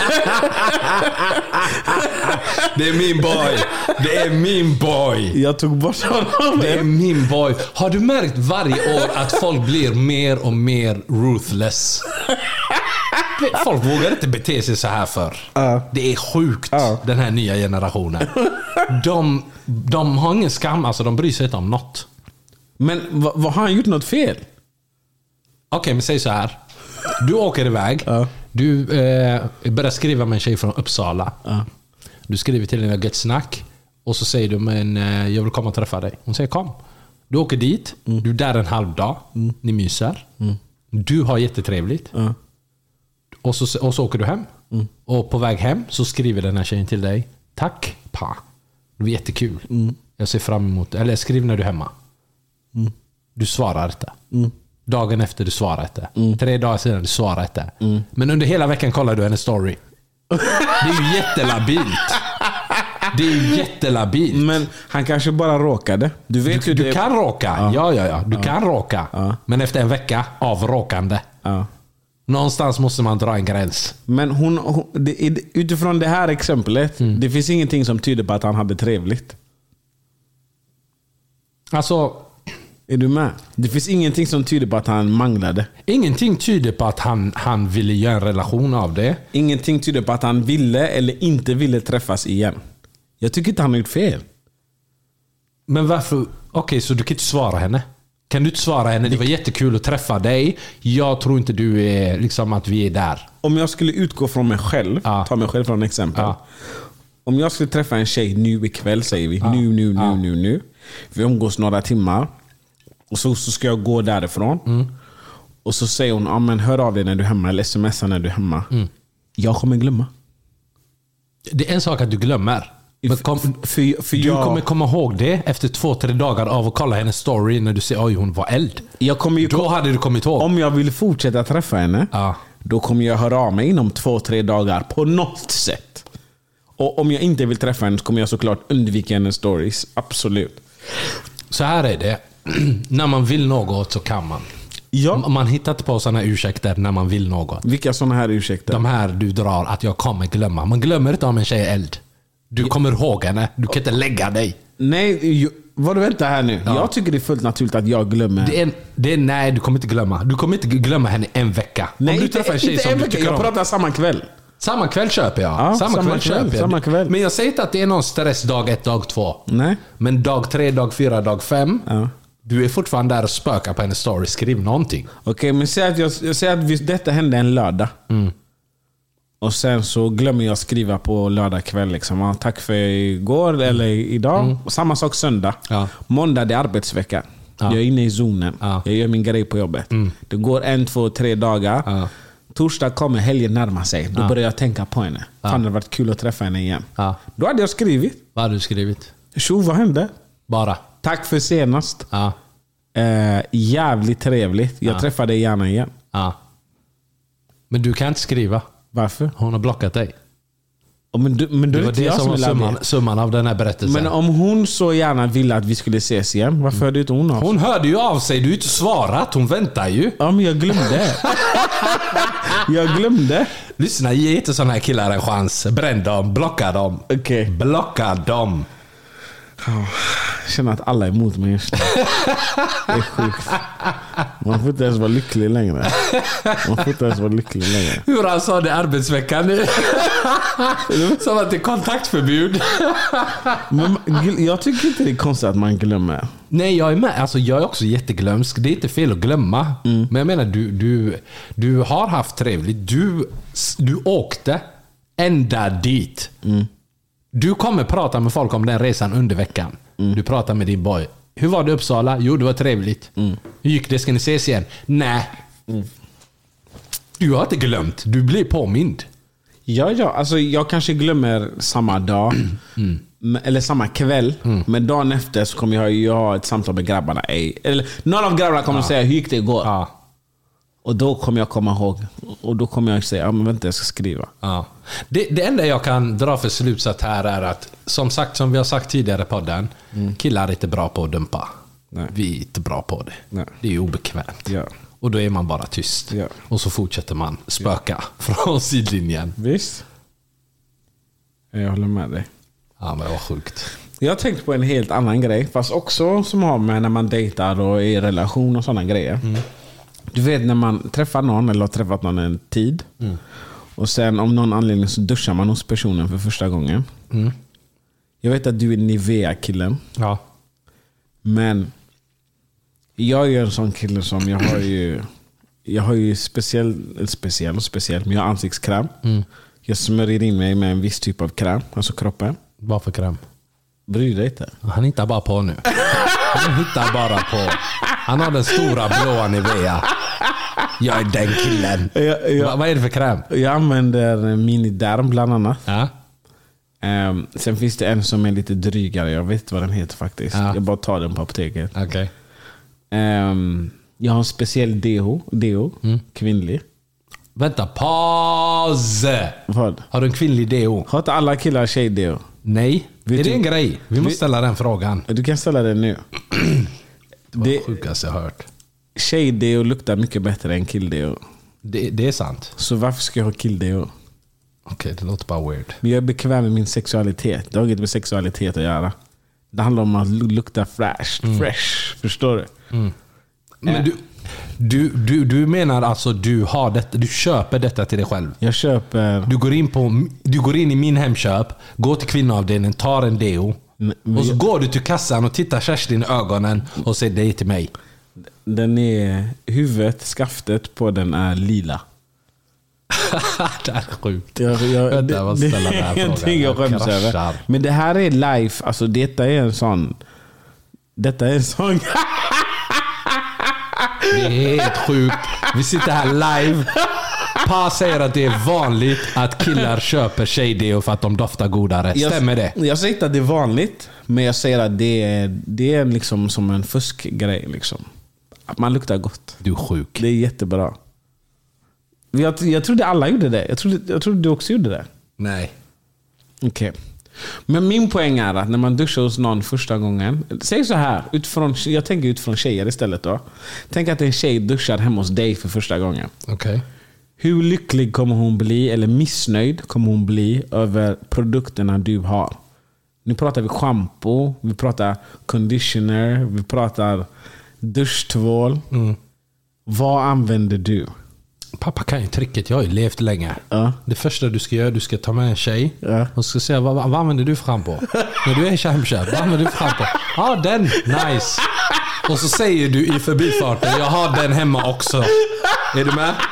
Det är min boy. Det är min boy. Jag tog bort honom. Det är min boy. Har du märkt varje år att folk blir mer och mer ruthless? Folk vågar inte bete sig så här för. Uh. Det är sjukt, uh. den här nya generationen. De, de har ingen skam, alltså de bryr sig inte om något. Men vad, vad har han gjort något fel? Okej, okay, men säg så här. Du åker iväg. Uh. Du eh, börjar skriva med en tjej från Uppsala. Uh. Du skriver till henne ett snack. Och så säger du, men eh, jag vill komma och träffa dig. Hon säger kom. Du åker dit. Mm. Du är där en halv dag. Mm. Ni myser. Mm. Du har jättetrevligt. Uh. Och, så, och så åker du hem. Mm. Och på väg hem så skriver den här tjejen till dig. Tack, pa. Det var jättekul. Mm. Jag ser fram emot. Eller skriv när du är hemma. Mm. Du svarar inte. Mm. Dagen efter du svarar inte. Mm. Tre dagar sedan du svarar inte. Mm. Men under hela veckan kollar du hennes story. Det är ju jättelabilt. Det är ju jättelabilt. Men han kanske bara råkade. Du vet du, ju du det... kan råka. Ja, ja, ja. Du ja. kan råka. Ja. Men efter en vecka av råkande. Ja. Någonstans måste man dra en gräns. Men hon, hon det, utifrån det här exemplet, mm. det finns ingenting som tyder på att han hade trevligt. Alltså, är du med? Det finns ingenting som tyder på att han manglade. Ingenting tyder på att han, han ville göra en relation av det. Ingenting tyder på att han ville eller inte ville träffas igen. Jag tycker inte han har gjort fel. Men varför? Okej, okay, så du kan inte svara henne. Kan du inte svara henne? Det var jättekul att träffa dig. Jag tror inte du är liksom att vi är där. Om jag skulle utgå från mig själv, ja. ta mig själv från exempel. Ja. Om jag skulle träffa en tjej nu ikväll, säger vi. Ja. Nu, nu, nu, ja. nu, nu. Vi umgås några timmar. Och så, så ska jag gå därifrån. Mm. Och så säger hon, ja, men hör av dig när du är hemma. Eller smsar när du är hemma. Mm. Jag kommer glömma. Det är en sak att du glömmer. Men kom, för, för du jag, kommer komma ihåg det efter två, tre dagar av att kolla hennes story när du ser oj hon var eld. Jag kommer ju, då hade du kommit ihåg. Om jag vill fortsätta träffa henne, ja. då kommer jag höra av mig inom två, tre dagar på något sätt. Och om jag inte vill träffa henne så kommer jag såklart undvika hennes stories. Absolut. Så här är det. När man vill något så kan man. Ja. Man hittar inte på sådana ursäkter när man vill något. Vilka sådana här ursäkter? De här du drar att jag kommer glömma. Man glömmer inte om en tjej är eld. Du kommer ihåg henne. Du kan inte lägga dig. Nej, vad du väntar här nu. Ja. Jag tycker det är fullt naturligt att jag glömmer. Det är, det är, nej, du kommer inte glömma. Du kommer inte glömma henne en vecka. Nej, om du inte, träffar en tjej inte som en du vecka. tycker jag om. pratar samma kväll. Samma kväll köper jag. Ja, samma, samma, kväll, kväll köper jag. Samma kväll. Men jag säger inte att det är någon stress dag ett, dag två. Nej. Men dag tre, dag fyra, dag fem. Ja. Du är fortfarande där och spökar på hennes story. Skriv någonting. Okej, okay, men säg att, jag, jag säger att vi, detta hände en lördag. Mm. Och sen så glömmer jag skriva på lördag kväll liksom. Ja, tack för igår mm. eller idag. Mm. Och samma sak söndag. Ja. Måndag det är arbetsvecka. Ja. Jag är inne i zonen. Ja. Jag gör min grej på jobbet. Mm. Det går en, två, tre dagar. Ja. Torsdag kommer helgen närma sig. Då ja. börjar jag tänka på henne. Ja. Fan, det hade varit kul att träffa henne igen. Ja. Då hade jag skrivit. Vad hade du skrivit? Tjo, vad hände? Bara. Tack för senast. Ja. Eh, jävligt trevligt. Jag ja. träffar dig gärna igen. Ja. Men du kan inte skriva. Varför? Hon har blockat dig. Oh, men du, men det var det som var summan, summan av den här berättelsen. Men om hon så gärna ville att vi skulle ses igen, varför mm. hörde inte hon av sig? Hon hörde ju av sig, du har inte svarat. Hon väntar ju. Ja, men jag glömde. jag glömde. Lyssna, ge inte sådana här killar en chans. Bränn dem, blocka dem. Okay. Blocka dem. Oh, jag känner att alla är emot mig just nu. Det är sjukt. Man får inte ens vara lycklig längre. Man får inte ens vara lycklig längre. Hur han sa det arbetsveckan nu. Som att det är kontaktförbud. Men jag tycker inte det är konstigt att man glömmer. Nej, jag är med. Alltså, jag är också jätteglömsk. Det är inte fel att glömma. Mm. Men jag menar, du, du, du har haft trevligt. Du, du åkte ända dit. Mm. Du kommer prata med folk om den resan under veckan. Mm. Du pratar med din boy. Hur var det i Uppsala? Jo, det var trevligt. Mm. Hur gick det? Ska ni ses igen? Nej. Mm. Du har inte glömt. Du blir påmind. Ja, ja. Alltså, jag kanske glömmer samma dag. Mm. Eller samma kväll. Mm. Men dagen efter så kommer jag ju ha ett samtal med grabbarna. Eller någon av grabbarna kommer ja. att säga, hur gick det igår? Ja. Och då kommer jag komma ihåg. Och då kommer jag säga, ja men vänta, jag ska skriva. Ja. Det, det enda jag kan dra för slutsats här är att, som sagt, som vi har sagt tidigare på podden, mm. killar är inte bra på att dumpa. Nej. Vi är inte bra på det. Nej. Det är ju obekvämt. Ja. Och då är man bara tyst. Ja. Och så fortsätter man spöka ja. från sidlinjen. Visst. Jag håller med dig. Ja, men det var sjukt. Jag har tänkt på en helt annan grej, fast också som har med när man dejtar och är i relation och sådana grejer. Mm. Du vet när man träffar någon eller har träffat någon en tid mm. och sen om någon anledning så duschar man hos personen för första gången. Mm. Jag vet att du är Nivea-killen. Ja. Men jag är en sån kille som jag har ju jag har ju speciell speciell och speciell men jag har ansiktskräm. Mm. Jag smörjer in mig med en viss typ av kräm, alltså kroppen. Vad för kräm? Bryr dig inte. Han hittar bara på nu. Han hittar bara på. Han har den stora blåa Nivea. Jag är den killen. Jag, jag, Va, vad är det för kräm? Jag använder Miniderm bland annat. Ja. Um, sen finns det en som är lite drygare. Jag vet inte vad den heter faktiskt. Ja. Jag bara tar den på apoteket. Okay. Um, jag har en speciell deo, deo mm. kvinnlig. Vänta, paus! Vad? Har du en kvinnlig deo? Har inte alla killar tjej-deo? Nej, vet är det en grej? Vi måste ställa den frågan. Du kan ställa den nu. Det var det sjukaste jag hört. Tjej-deo luktar mycket bättre än kill-deo. Det, det är sant. Så varför ska jag ha killdeo? Okej, okay, det låter bara weird. Men jag är bekväm med min sexualitet. Det har inget med sexualitet att göra. Det handlar om att lukta fresh. Mm. Fresh, förstår du? Mm. Men du, du, du, du menar alltså du har detta, du köper detta till dig själv? Jag köper... Du går in, på, du går in i min Hemköp, går till kvinnoavdelningen, tar en deo. Men, och så jag... går du till kassan och tittar Kerstin i ögonen och säger det till mig. Den är... Huvudet, skaftet på den är lila. Det är sjukt. Jag, jag, Vänta, jag måste ställa den här frågan. Jag skäms över. Men det här är life. Alltså detta är en sån... Detta är en sån... Det är helt sjukt. Vi sitter här live. Pa säger att det är vanligt att killar köper tjejdeo för att de doftar godare. Stämmer det? Jag, jag säger inte att det är vanligt, men jag säger att det är, det är liksom som en fuskgrej. Liksom. Att man luktar gott. Du är sjuk. Det är jättebra. Jag, jag trodde alla gjorde det. Jag trodde, jag trodde du också gjorde det. Nej. Okej. Okay. Men min poäng är att när man duschar hos någon första gången, säg så här, utifrån, jag tänker utifrån tjejer istället då. Tänk att en tjej duschar hemma hos dig för första gången. Okej. Okay. Hur lycklig kommer hon bli, eller missnöjd kommer hon bli över produkterna du har? Nu pratar vi shampoo, vi pratar conditioner, vi pratar duschtvål. Mm. Vad använder du? Pappa kan ju tricket, jag har ju levt länge. Ja. Det första du ska göra, du ska ta med en tjej ja. och ska säga, vad, vad använder du fram på? När du är i Hemköp, vad använder du fram på? Ja, ah, den, nice. Och så säger du i förbifarten, jag har den hemma också. Är du med?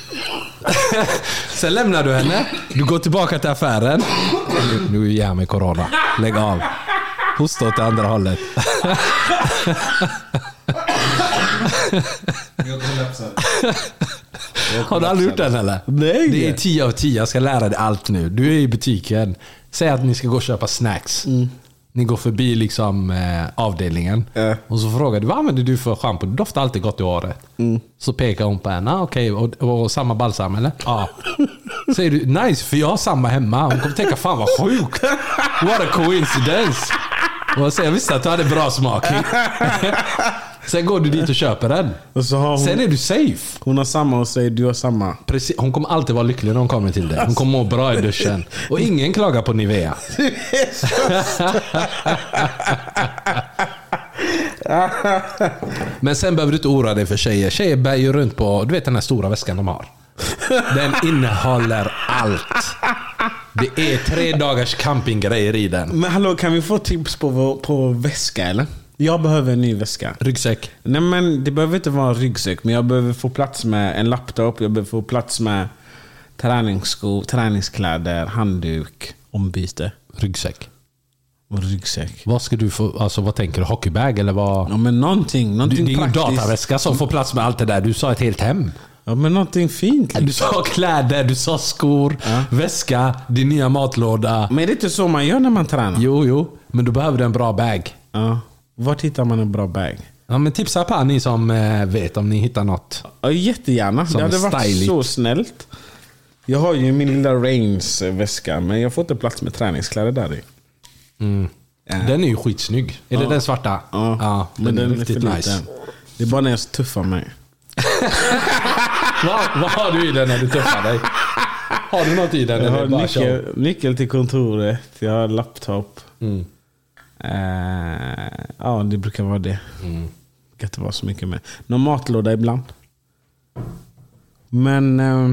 Sen lämnar du henne, du går tillbaka till affären. Nu, nu ger jag mig corona. Lägg av. Hosta åt det andra hållet. Jag kollapsar. Har du aldrig gjort den eller? Nej. Det är tio av tio. Jag ska lära dig allt nu. Du är i butiken. Säg att ni ska gå och köpa snacks. Mm. Ni går förbi liksom eh, avdelningen. Äh. Och så frågar du, vad använder du för shampoo? Du doftar alltid gott i håret. Mm. Så pekar hon på henne. Ah, okej, okay. och, och samma balsam eller? Ja. Säger du, nice, för jag har samma hemma. Hon kommer tänka, fan vad sjukt. What a coincidence. Och jag säger, visst att du hade bra smak. Sen går du dit och köper den. Och så har hon, sen är du safe. Hon har samma och säger du har samma. Precis, hon kommer alltid vara lycklig när hon kommer till det. Hon kommer må bra i duschen. Och ingen klagar på Nivea. Men sen behöver du inte oroa dig för tjejer. Tjejer bär ju runt på, du vet den här stora väskan de har. Den innehåller allt. Det är tre dagars campinggrejer i den. Men hallå, kan vi få tips på, på väska eller? Jag behöver en ny väska. Ryggsäck? Nej, men det behöver inte vara en ryggsäck. Men jag behöver få plats med en laptop. Jag behöver få plats med träningsskor, träningskläder, handduk, ombyte. Ryggsäck? Och ryggsäck. Vad ska du få, alltså vad tänker du? Hockeybag eller vad? Ja, men någonting, någonting du, det är praktiskt. Ingen dataväska som får plats med allt det där. Du sa ett helt hem. Ja, men någonting fint liksom. Du sa kläder, du sa skor, ja. Väska, din nya matlåda. Men är det inte så man gör när man tränar? Jo, jo. Men du behöver en bra bag. Ja. Var hittar man en bra bag? Ja, men tipsa på ni som eh, vet om ni hittar något. Ja, jättegärna. Det hade varit styligt. Så snällt. Jag har ju min lilla Reigns väska, men jag får inte plats med träningskläder där i. Mm. Ja. Den är ju skitsnygg. Är ja. det den svarta? Ja, ja den, den är riktigt nice. Det är bara när jag tuffar mig. vad, vad har du i den när du tuffar dig? Har du något i den? Jag har har nyckel, nyckel till kontoret. Jag har laptop. Mm. Uh, ja, det brukar vara det. Mm. Det kan inte vara så mycket mer. Någon matlåda ibland. Men uh,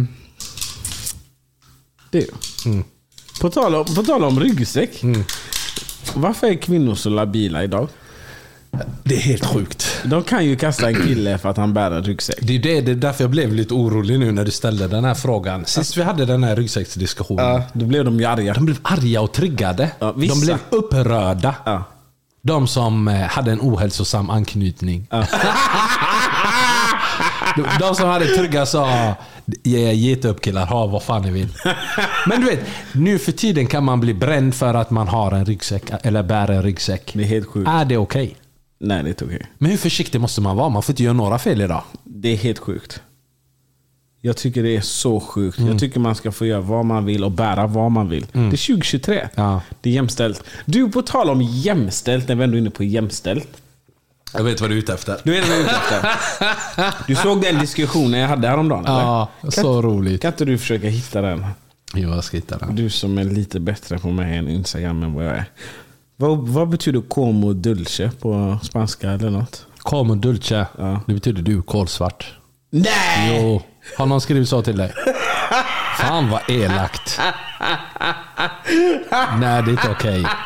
det. Mm. På tal om, på tal om ryggsäck. Mm. Varför är kvinnor så labila idag? Det är helt sjukt. De kan ju kasta en kille för att han bär en ryggsäck. Det är, det, det är därför jag blev lite orolig nu när du ställde den här frågan. Sist vi hade den här ryggsäcksdiskussionen. Ja, då blev de ju arga. De blev arga och triggade. Ja, de blev upprörda. Ja. De som hade en ohälsosam anknytning. Ja. de, de som hade trygga sa, ge upp killar, ha vad fan ni vill. Men du vet, nu för tiden kan man bli bränd för att man har en ryggsäck eller bär en ryggsäck. Det är helt sjukt. Är det okej? Okay? Nej, det är inte okej. Okay. Men hur försiktig måste man vara? Man får inte göra några fel idag. Det är helt sjukt. Jag tycker det är så sjukt. Mm. Jag tycker man ska få göra vad man vill och bära vad man vill. Mm. Det är tjugo tjugotre. Ja. Det är jämställt. Du, på tal om jämställt, när vi ändå är inne på jämställt. Jag vet vad du är ute efter. Du vet vad jag är ute efter. Du såg den diskussionen jag hade häromdagen, ja, eller? Så kan, roligt. Kan inte du försöka hitta den? Jo, jag ska hitta den. Du som är lite bättre på mig än Instagram än vad jag är. Vad, vad betyder como dulce på spanska eller något? Como dulce, ja. Det betyder du kolsvart. Nej! Jo, har någon skrivit så till dig? Fan vad elakt. Nej, det är inte okej. Okay.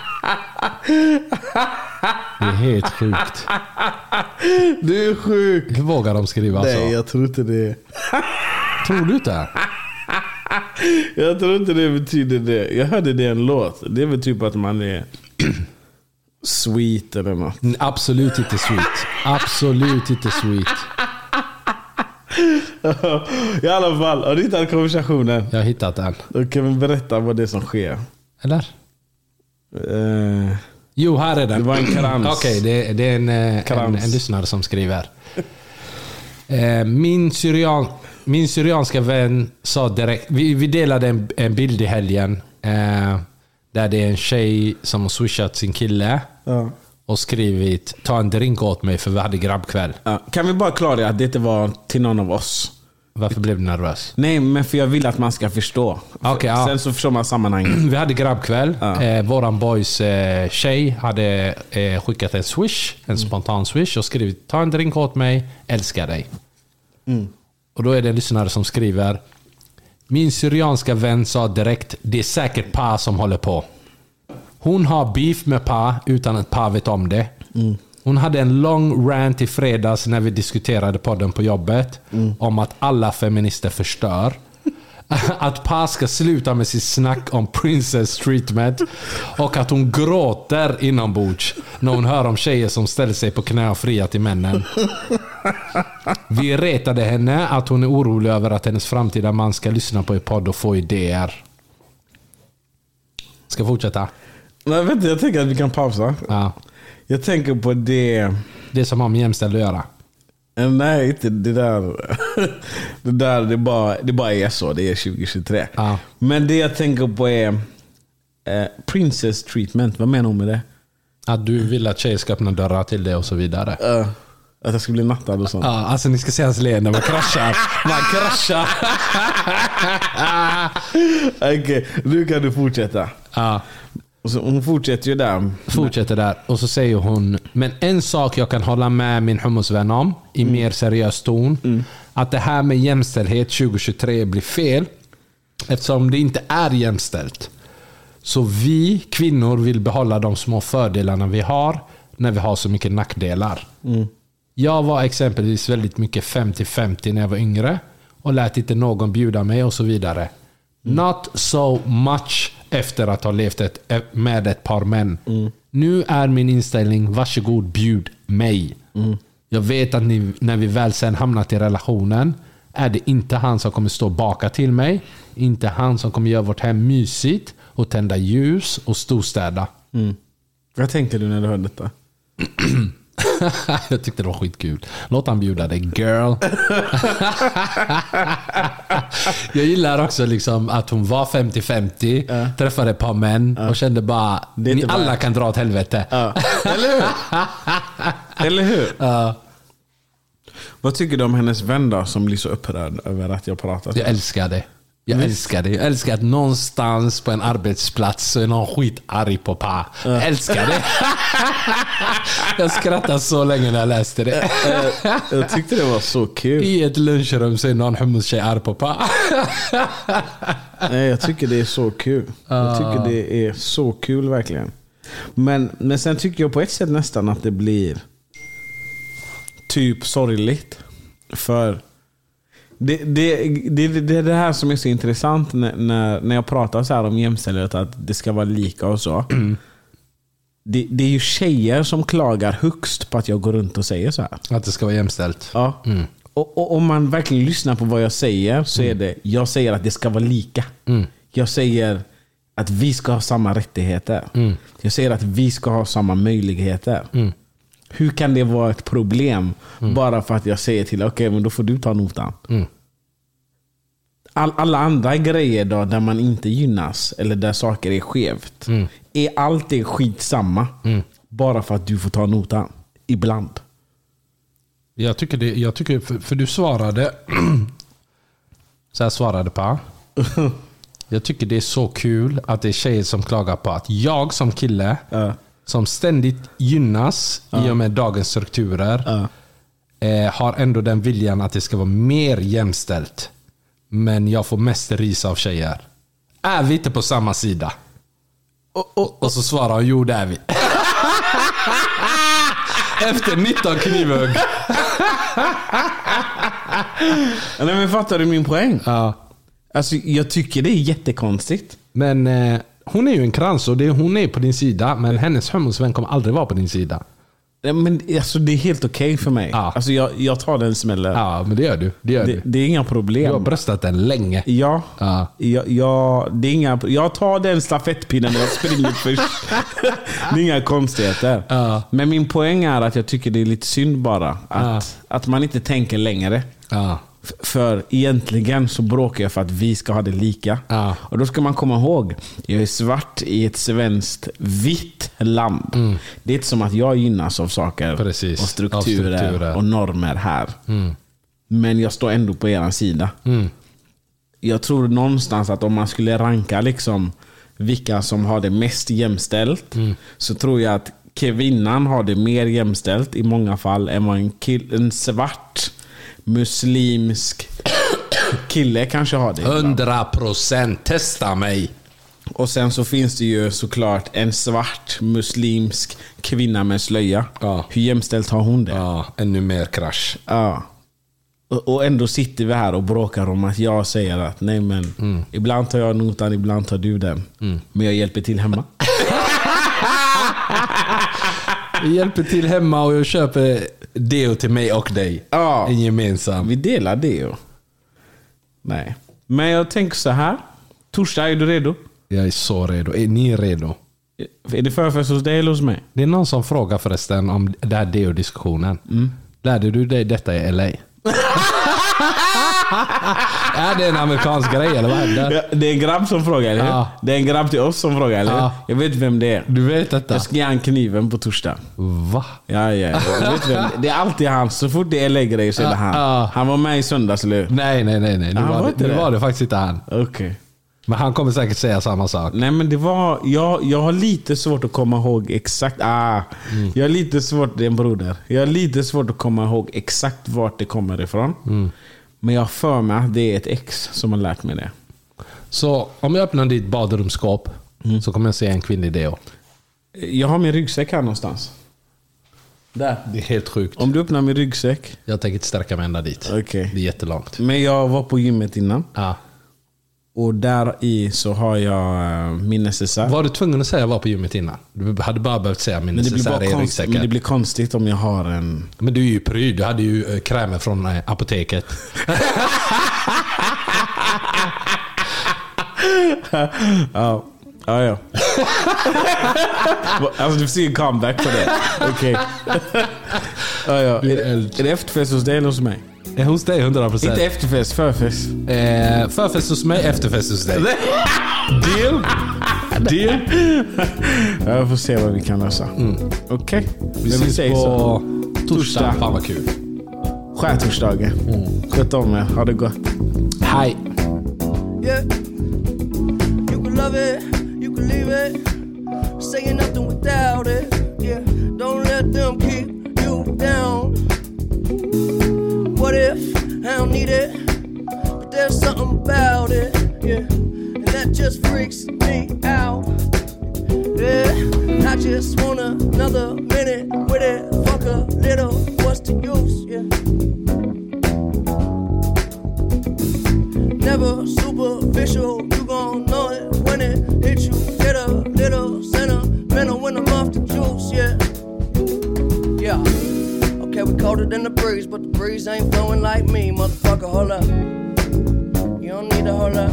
Det är helt sjukt. Du är sjuk. Hur vågar de skriva Nej, så? Nej, jag tror inte det. Tror du inte? Jag tror inte det betyder det. Jag hörde det i en låt. Det är väl typ att man är sweet eller något. Absolut inte sweet. Absolut inte sweet. I alla fall, har du hittat konversationen? Jag har hittat den. Då kan vi berätta vad det är som sker. Eller? Uh, jo, här är den. Det var en krans. Okej, okay, det, det är en, en, en lyssnare som skriver. Uh, min, syrian, min syrianska vän sa direkt... Vi, vi delade en, en bild i helgen. Uh, där det är en tjej som har swishat sin kille. Ja. Och skrivit, ta en drink åt mig för vi hade grabbkväll. Ja. Kan vi bara klara att det inte var till någon av oss? Varför blev du nervös? Nej, men för jag vill att man ska förstå. Okay, ja. Sen så förstår man sammanhanget. Vi hade grabbkväll. Ja. Eh, våran boys eh, tjej hade eh, skickat en swish. En mm. spontan swish och skrivit, ta en drink åt mig, älskar dig. Mm. Och då är det en lyssnare som skriver, min syrianska vän sa direkt, det är säkert Pa som håller på. Hon har beef med Pa utan att Pa vet om det. Mm. Hon hade en lång rant i fredags när vi diskuterade podden på jobbet. Mm. Om att alla feminister förstör. Att Pa ska sluta med sitt snack om princess treatment. Och att hon gråter inombords när hon hör om tjejer som ställer sig på knä och fria till männen. Vi retade henne att hon är orolig över att hennes framtida man ska lyssna på i podd och få idéer. Ska fortsätta? Nej, vet du, jag tänker att vi kan pausa. Ja. Jag tänker på det... Det som har med jämställd att göra. Nej, inte det där. Det där, det bara, det bara är så. Det är tjugo tjugotre. Ja. Men det jag tänker på är eh, princess treatment. Vad menar hon med det? Att du vill att tjejer ska öppna dörrar till det och så vidare. Uh, att jag ska bli nattad och sånt. Ja, alltså ni ska se hans leende. Man kraschar. Man kraschar. Okej, okay, nu kan du fortsätta. Ja. Och så hon fortsätter ju där. Fortsätter där. Och så säger hon, men en sak jag kan hålla med min hummusvän om i mm. mer seriös ton. Mm. Att det här med jämställdhet tjugo tjugotre blir fel. Eftersom det inte är jämställt. Så vi kvinnor vill behålla de små fördelarna vi har när vi har så mycket nackdelar. Mm. Jag var exempelvis väldigt mycket femtio femtio när jag var yngre. Och lät inte någon bjuda mig och så vidare. Mm. Not so much efter att ha levt ett, med ett par män. Mm. Nu är min inställning, varsågod, bjud mig. Mm. Jag vet att ni, när vi väl sen hamnat i relationen är det inte han som kommer stå baka till mig. Inte han som kommer göra vårt hem mysigt och tända ljus och storstäda. Mm. Vad tänker du när du hör detta? Jag tyckte det var skitkul. Låt han bjuda dig, girl. Jag gillar också liksom att hon var femtio femtio, uh. träffade ett par män uh. och kände bara, ni alla bara... kan dra åt helvete. Uh. Eller hur? Eller hur? Uh. Vad tycker du om hennes vän då, som blir så upprörd över att jag pratar? Jag älskar det. Jag mm. älskar det. Jag älskar att någonstans på en arbetsplats så är någon skit arg på Pa. Jag uh. älskar det. Jag skrattade så länge när jag läste det. Jag tyckte det var så kul. I ett lunchrum så är någon hummus-tjej arg på Pa. Nej, jag tycker det är så kul. Jag tycker det är så kul verkligen. Men, men sen tycker jag på ett sätt nästan att det blir typ sorgligt. För Det, det, det, det är det här som är så intressant när, när, när jag pratar så här om jämställdhet, att det ska vara lika och så. Mm. Det, det är ju tjejer som klagar högst på att jag går runt och säger så här. Att det ska vara jämställt. Ja. Mm. Och, och om man verkligen lyssnar på vad jag säger så mm. är det, jag säger att det ska vara lika. Mm. Jag säger att vi ska ha samma rättigheter. Mm. Jag säger att vi ska ha samma möjligheter. Mm. Hur kan det vara ett problem mm. bara för att jag säger till, okej, okay, men då får du ta notan. Mm. All, alla andra grejer då, där man inte gynnas eller där saker är skevt, mm. är alltid skitsamma mm. bara för att du får ta notan ibland. Jag tycker det, jag tycker för, för du svarade så här svarade på. Jag tycker det är så kul att det är tjejer som klagar på att jag som kille uh. som ständigt gynnas uh. i och med dagens strukturer uh. eh, har ändå den viljan att det ska vara mer jämställt. Men jag får mest ris av tjejer. Är vi inte på samma sida? Och, och, och. och så svarar hon, jo det är vi. Efter nitton knivhugg. Nej, men fattar du min poäng? Ja. Alltså, jag tycker det är jättekonstigt. Men eh, hon är ju en krans och det, hon är på din sida. Men hennes hemosvän kommer aldrig vara på din sida. Ja, men alltså, det är helt okej okay för mig. Ja. Alltså, jag, jag tar den smällen. Ja, men det gör du. Det, gör det, du. det är inga problem. Du har bröstat den länge. Ja, ja. Jag, jag, det är inga, jag tar den stafettpinnen och jag springer först. Det är inga konstigheter. Ja. Men min poäng är att jag tycker det är lite synd bara. Att, ja. att man inte tänker längre. Ja. För egentligen så bråkar jag för att vi ska ha det lika. Ja. Och då ska man komma ihåg, jag är svart i ett svenskt vitt land. Mm. Det är inte som att jag gynnas av saker. Precis. Och strukturer, strukturer och normer här. Mm. Men jag står ändå på er sida. Mm. Jag tror någonstans att om man skulle ranka liksom vilka som har det mest jämställt, mm. så tror jag att kvinnan har det mer jämställt i många fall än vad en, kill, en svart muslimsk kille kanske har det. Hundra procent, testa mig. Och sen så finns det ju såklart en svart muslimsk kvinna med slöja. Ja. Hur jämställt har hon det? Ja, ännu mer krasch. Ja. Och, och ändå sitter vi här och bråkar om att jag säger att nej men mm. ibland tar jag notan, ibland tar du den. Mm. Men jag hjälper till hemma. Jag hjälper till hemma och jag köper deo till mig och dig. Ja. En gemensam. Vi delar deo. Nej. Men jag tänker så här. Torsdag, är du redo? Jag är så redo. Är ni redo? Är det förfest hos dig eller hos mig? Det är någon som frågar förresten om det här deo-diskussionen. Mm. Lärde du dig detta i L A? Är det en amerikansk grej eller vad är det? Ja, det är en grabb som frågar, eller hur? Ja. Det är en grabb till oss som frågar, eller hur? Ja. Jag vet vem det är. Du vet detta? Jag ska ge han kniven på torsdag. Va? Ja, ja. Jag vet vem. Det är alltid han. Så fort det är lägre så är det han. Ja. Han var med i söndags, eller hur? Nej, nej, nej. nej. Nu, var, var, det, nu var det faktiskt inte han. Okej. Okay. Men han kommer säkert säga samma sak. Nej, men det var... Jag, jag har lite svårt att komma ihåg exakt... Ah, mm. Jag har lite svårt... Det är en broder. Jag har lite svårt att komma ihåg exakt vart det kommer ifrån. Mm. Men jag för mig att det är ett ex som har lärt mig det. Så om jag öppnar ditt badrumsskåp mm. så kommer jag se en kvinnlig deo. Jag har min ryggsäck här någonstans. Där. Det är helt sjukt. Om du öppnar min ryggsäck... Jag tänker inte sträcka mig ända dit. Okay. Det är jättelångt. Men jag var på gymmet innan. Ja. Och där i så har jag min necessär. Var du tvungen att säga var på gymmet innan? Du hade bara behövt säga min necessär i ryggsäcken. Men det blir konstigt om jag har en... Men du är ju pryd. Du hade ju äh, krämer från äh, apoteket. Ja. Ja, ja. Alltså du ser en comeback på det. Okej. Okay. Ja, ja. Är, är det efterfest hos dig eller hos mig? Är hos dig hundra procent. Inte efterfest, förfest. Eh, förfest hos mig, efterfest hos dig. Deal? Deal? Jag får se vad vi kan lösa. Mm. Okej. Okay. Vi ses på så. Torsdag. Fan vad kul. Skärtorsdagen. Mm. Sköt om er. Ha det gott. Hej. Yeah. You can love it. You can leave it. Saying nothing without it. Yeah. Don't let them keep you down. What if I don't need it? But there's something about it, yeah. And that just freaks me out. Yeah, I just want another minute with it. Fuck a little, what's the use, yeah. Never superficial, you gon' know it when it hits you. Get a little sentimental when I'm off the juice, yeah. Yeah. Okay, we colder than the breeze, but the breeze ain't blowing like me, motherfucker, hold up. You don't need to hold up.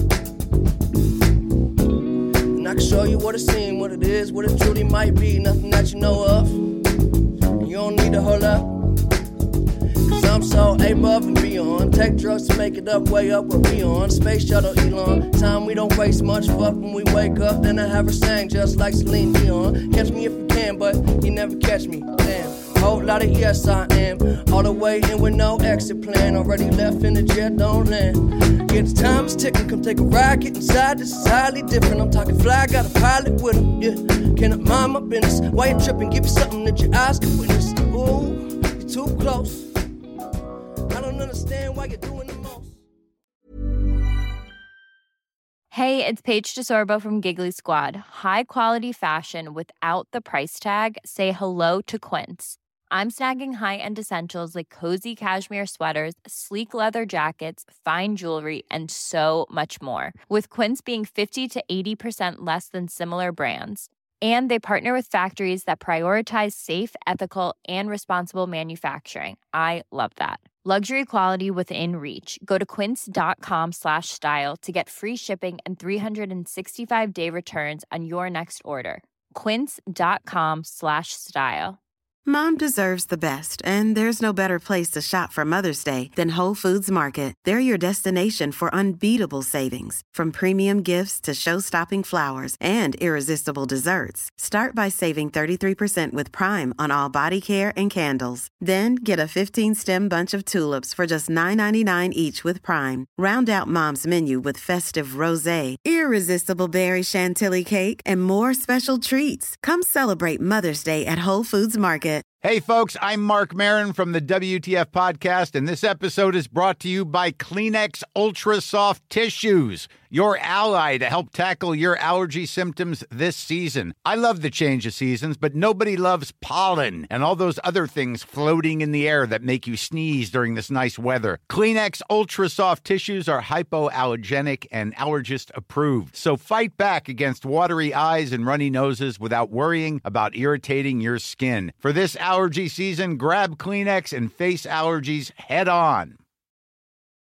And I can show you what it seems, what it is, what it truly might be, nothing that you know of. And you don't need to hold up. Cause I'm so able above and beyond. Take drugs to make it up, way up where we on. Space shuttle Elon, time we don't waste much. Fuck when we wake up, then I have her sang just like Celine Dion. Catch me if you can, but you never catch me, damn. Whole lot of yes I am, all the way in with no exit plan. Already left in the jet, don't land. Yeah, the time is ticking, come take a ride, get inside, this is highly different. I'm talking fly, got a pilot with him, yeah. Cannot mind my business, why you tripping, give you something that your eyes can witness. Ooh, you're too close, I don't understand why you're doing the most. Hey, it's Paige DeSorbo from Giggly Squad. High quality fashion without the price tag. Say hello to Quince. I'm snagging high-end essentials like cozy cashmere sweaters, sleek leather jackets, fine jewelry, and so much more. With Quince being fifty to eighty percent less than similar brands. And they partner with factories that prioritize safe, ethical, and responsible manufacturing. I love that. Luxury quality within reach. Go to quince.com slash style to get free shipping and three sixty-five day returns on your next order. Quince.com slash style. Mom deserves the best, and there's no better place to shop for Mother's Day than Whole Foods Market. They're your destination for unbeatable savings, from premium gifts to show-stopping flowers and irresistible desserts. Start by saving thirty-three percent with Prime on all body care and candles. Then get a fifteen-stem bunch of tulips for just nine ninety-nine each with Prime. Round out Mom's menu with festive rosé, irresistible berry chantilly cake, and more special treats. Come celebrate Mother's Day at Whole Foods Market. Hey, folks, I'm Mark Maron from the W T F Podcast, and this episode is brought to you by Kleenex Ultra Soft Tissues, your ally to help tackle your allergy symptoms this season. I love the change of seasons, but nobody loves pollen and all those other things floating in the air that make you sneeze during this nice weather. Kleenex Ultra Soft Tissues are hypoallergenic and allergist approved, so fight back against watery eyes and runny noses without worrying about irritating your skin. For this allergy season, grab Kleenex and face allergies head on.